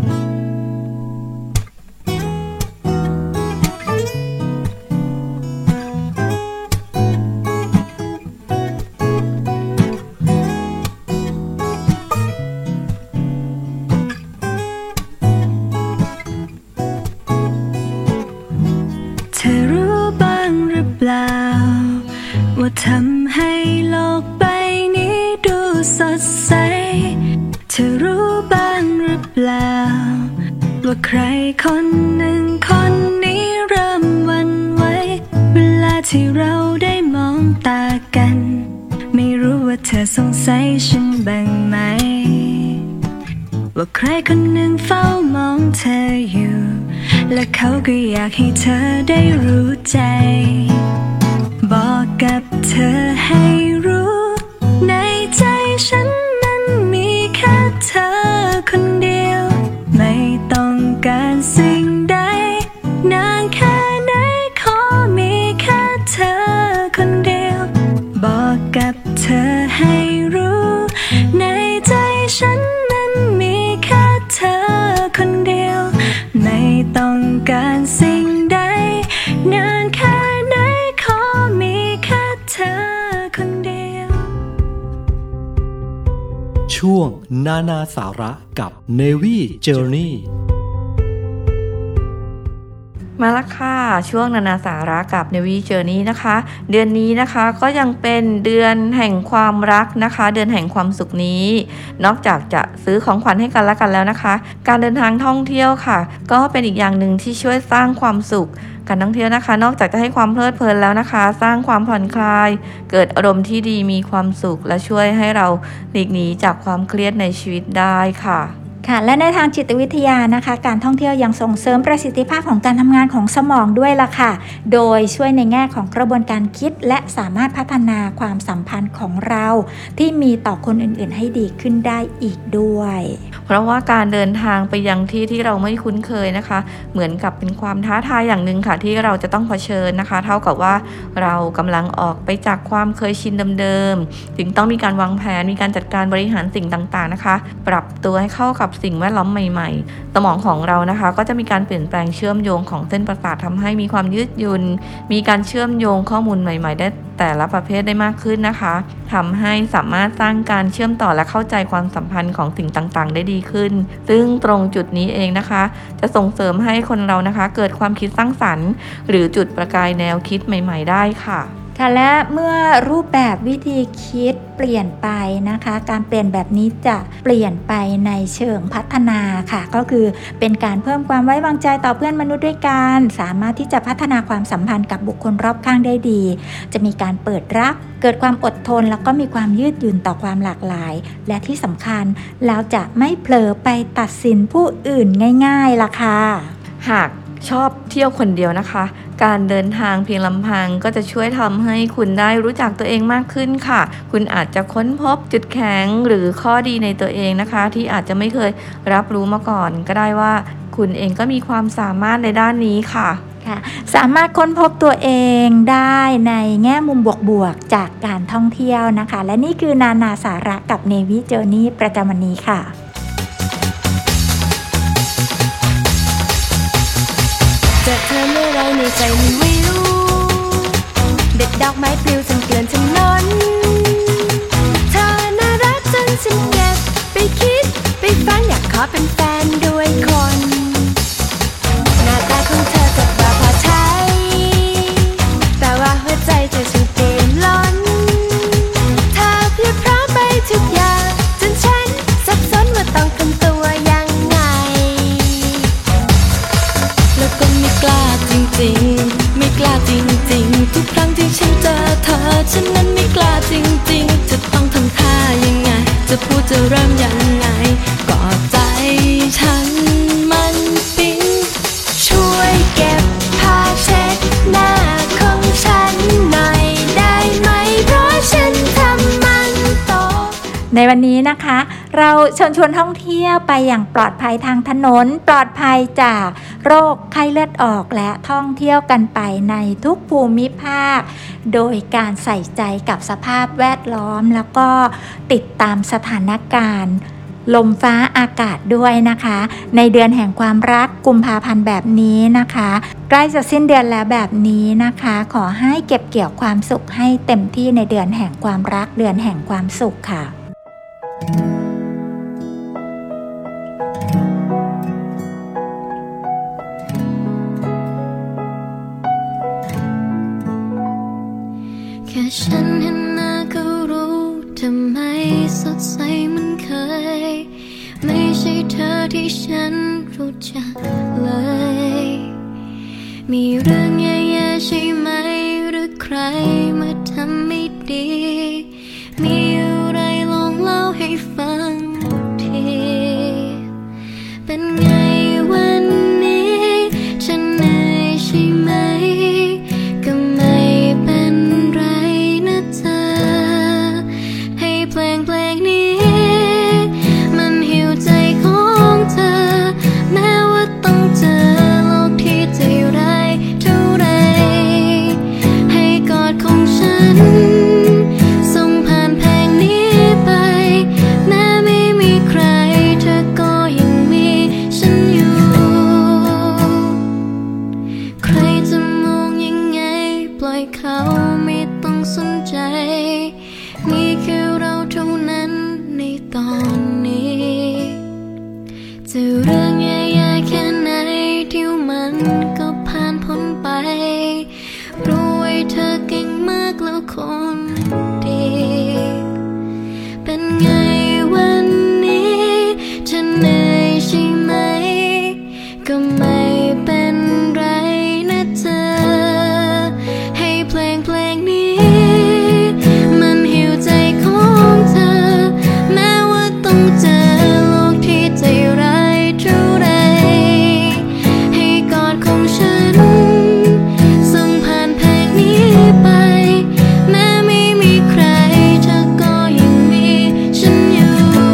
ว่าทำให้โลกใบนี้ดูสดใสเธอรู้บ้างหรือเปล่าว่าใครคนหนึ่งคนนี้เริ่มหวั่นไหวเวลาที่เราได้มองตากันไม่รู้ว่าเธอสงสัยฉันบ้างไหมว่าใครคนหนึ่งเฝ้ามองเธออยู่และเขาก็อยากให้เธอได้รู้ใจบอกกับเธอให้รู้ในใจฉันนั้นมีแค่เธอคนเดียวไม่ต้องการสิ่งใดนานแค่ไหนขอมีแค่เธอคนเดียวบอกกับเธอให้รู้ในใจฉันนั้นมีแค่เธอคนเดียวไม่ต้องการสิ่งใดนานแค่ไหนขอมีแค่เธอคนเดียวช่วงนานาสาระกับ Navy Journey มาแล้วค่ะช่วงนานาสาระกับ Navy Journey นะคะเดือนนี้นะคะก็ยังเป็นเดือนแห่งความรักนะคะเดือนแห่งความสุขนี้นอกจากจะซื้อของขวัญให้กันและกันแล้วนะคะการเดินทางท่องเที่ยวค่ะก็เป็นอีกอย่างหนึ่งที่ช่วยสร้างความสุขการท่องเที่ยวนะคะนอกจากจะให้ความเพลิดเพลินแล้วนะคะสร้างความผ่อนคลายเกิดอารมณ์ที่ดีมีความสุขและช่วยให้เราหลีกหนีจากความเครียดในชีวิตได้ค่ะค่ะและในทางจิตวิทยานะคะการท่องเที่ยวยังส่งเสริมประสิทธิภาพของการทำงานของสมองด้วยล่ะค่ะโดยช่วยในแง่ของกระบวนการคิดและสามารถพัฒนาความสัมพันธ์ของเราที่มีต่อคนอื่นๆให้ดีขึ้นได้อีกด้วยเพราะว่าการเดินทางไปยังที่ที่เราไม่คุ้นเคยนะคะเหมือนกับเป็นความท้าทายอย่างหนึ่งค่ะที่เราจะต้องเผชิญนะคะเท่ากับว่าเรากำลังออกไปจากความเคยชินเดิมๆจึงต้องมีการวางแผนมีการจัดการบริหารสิ่งต่างๆนะคะปรับตัวให้เข้ากับสิ่งแวดล้อมใหม่ๆสมองของเรานะคะก็จะมีการเปลี่ยนแปลงเชื่อมโยงของเส้นประสาททำให้มีความยืดหยุ่นมีการเชื่อมโยงข้อมูลใหม่ๆได้แต่ละประเภทได้มากขึ้นนะคะทำให้สามารถสร้างการเชื่อมต่อและเข้าใจความสัมพันธ์ของสิ่งต่างๆได้ดีขึ้นซึ่งตรงจุดนี้เองนะคะจะส่งเสริมให้คนเรานะคะเกิดความคิดสร้างสรรค์หรือจุดประกายแนวคิดใหม่ๆได้ค่ะค่ะและเมื่อรูปแบบวิธีคิดเปลี่ยนไปนะคะการเปลี่ยนแบบนี้จะเปลี่ยนไปในเชิงพัฒนาค่ะก็คือเป็นการเพิ่มความไว้วางใจต่อเพื่อนมนุษย์ด้วยกันสามารถที่จะพัฒนาความสัมพันธ์กับบุคคลรอบข้างได้ดีจะมีการเปิดรับเกิดความอดทนแล้วก็มีความยืดหยุ่นต่อความหลากหลายและที่สำคัญเราจะไม่เผลอไปตัดสินผู้อื่นง่ายๆล่ะค่ะหากชอบเที่ยวคนเดียวนะคะการเดินทางเพียงลำพังก็จะช่วยทำให้คุณได้รู้จักตัวเองมากขึ้นค่ะคุณอาจจะค้นพบจุดแข็งหรือข้อดีในตัวเองนะคะที่อาจจะไม่เคยรับรู้มาก่อนก็ได้ว่าคุณเองก็มีความสามารถในด้านนี้ค่ะค่ะสามารถค้นพบตัวเองได้ในแง่มุมบวกๆจากการท่องเที่ยวนะคะและนี่คือนานาสาระกับ Navy Journey ประจำวันนี้ค่ะเจอเธอเมื่อไรในใจมันวิวเด็ดดอกไม้ปลิวจนเกลื่อนถนนเธอน่ารักจนฉันเก็บไปคิดไปฝันอยากขอเป็นแฟนด้วยคนหน้าตาของเธอก็ว่าพอใช้แต่ว่าหัวใจเธอช่างเปลี่ยนล้นเธอเพียบพร้อมไปทุกอย่างจนฉันสับสนว่าต้องทำตัวยังไงแล้วก็ไม่กล้าจริงๆไม่กล้าจริงๆทุกครั้งที่ฉันเจอเธอฉันนั้นไม่กล้าจริงๆจะต้องทำท่ายังไงจะพูดจะเริ่มยังไงก็ใจฉันมันปิ๊งช่วยเก็บผ้าเช็ดหน้าของฉันหน่อยได้ไหมเพราะฉันทำมันตกในวันนี้นะคะเราเชิญชวนท่องเที่ยวไปอย่างปลอดภัยทางถนนปลอดภัยจากโรคไข้เลือดออกและท่องเที่ยวกันไปในทุกภูมิภาคโดยการใส่ใจกับสภาพแวดล้อมแล้วก็ติดตามสถานการณ์ลมฟ้าอากาศด้วยนะคะในเดือนแห่งความรักกุมภาพันธ์แบบนี้นะคะใกล้จะสิ้นเดือนแล้วแบบนี้นะคะขอให้เก็บเกี่ยวความสุขให้เต็มที่ในเดือนแห่งความรักเดือนแห่งความสุขค่ะแค่ฉันเห็นหน้าก็รู้ทำไมสดใสมันเคยไม่ใช่เธอที่ฉันรู้จักเลยมีเรื่องแย่ๆใช่ไหมหรือใครมาทำไม่ดีมีอะไรลองเล่าให้ฟังทีเป็นไงวันนี้ฉันเหนื่อยใช่ไหมก็ไม่เป็นไรนะเธอให้เพลงเพลงนี้มันหิวใจของเธอแม้ว่าต้องเจอโลกที่ใจร้ายเท่าไรให้กอดของฉันส่งผ่านเพลงนี้ไปแม้ไม่มีใครเธอก็ยังมีฉันอยู่ใครจะมองยังไงปล่อยเขาไม่ต้องสนใจมีแค่เราเท่านั้นในตอนนี้จะเรื่องแย่ๆแค่ไหนเดี๋ยวมันก็ผ่านพ้นไปรู้ไว้เธอเก่งมากแล้วคนดีเป็นไงวันนี้ฉันเหนื่อยใช่ไหมก็ไม่เป็นไรนะเธอให้เพลงเพลงนี้มันหิวใจของเธอแม้ว่าต้องเจอโลกที่ใจร้ายเท่าไรให้กอดของฉันส่งผ่านเพลงนี้ไปแม้ไม่มีใครเธอก็ยังมีฉันอยู่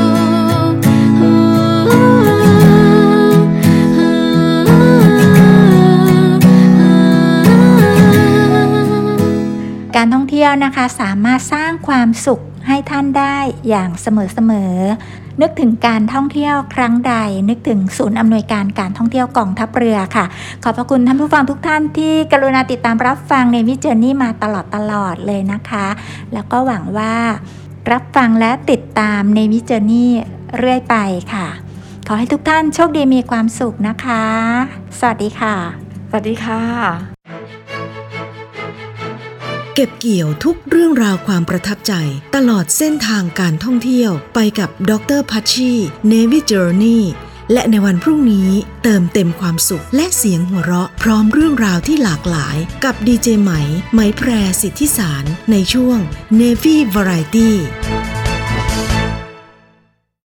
การท่องเที่ยวนะคะสามารถสร้างความสุขให้ท่านได้อย่างเสมอๆนึกถึงการท่องเที่ยวครั้งใดนึกถึงศูนย์อำนวยการการท่องเที่ยวกองทัพเรือค่ะขอบพระคุณท่านผู้ฟังทุกท่านที่กรุณาติดตามรับฟัง Navy Journey มาตลอดตลอดเลยนะคะแล้วก็หวังว่ารับฟังและติดตาม Navy Journey เรื่อยไปค่ะขอให้ทุกท่านโชคดีมีความสุขนะคะสวัสดีค่ะสวัสดีค่ะเก็บเกี่ยวทุกเรื่องราวความประทับใจตลอดเส้นทางการท่องเที่ยวไปกับดรพัชชี Navy Journey และในวันพรุ่งนี้เติมเต็มความสุขและเสียงหัวเราะพร้อมเรื่องราวที่หลากหลายกับดีเจไหมไหมแพรสิทธิสารในช่วง Navy Variety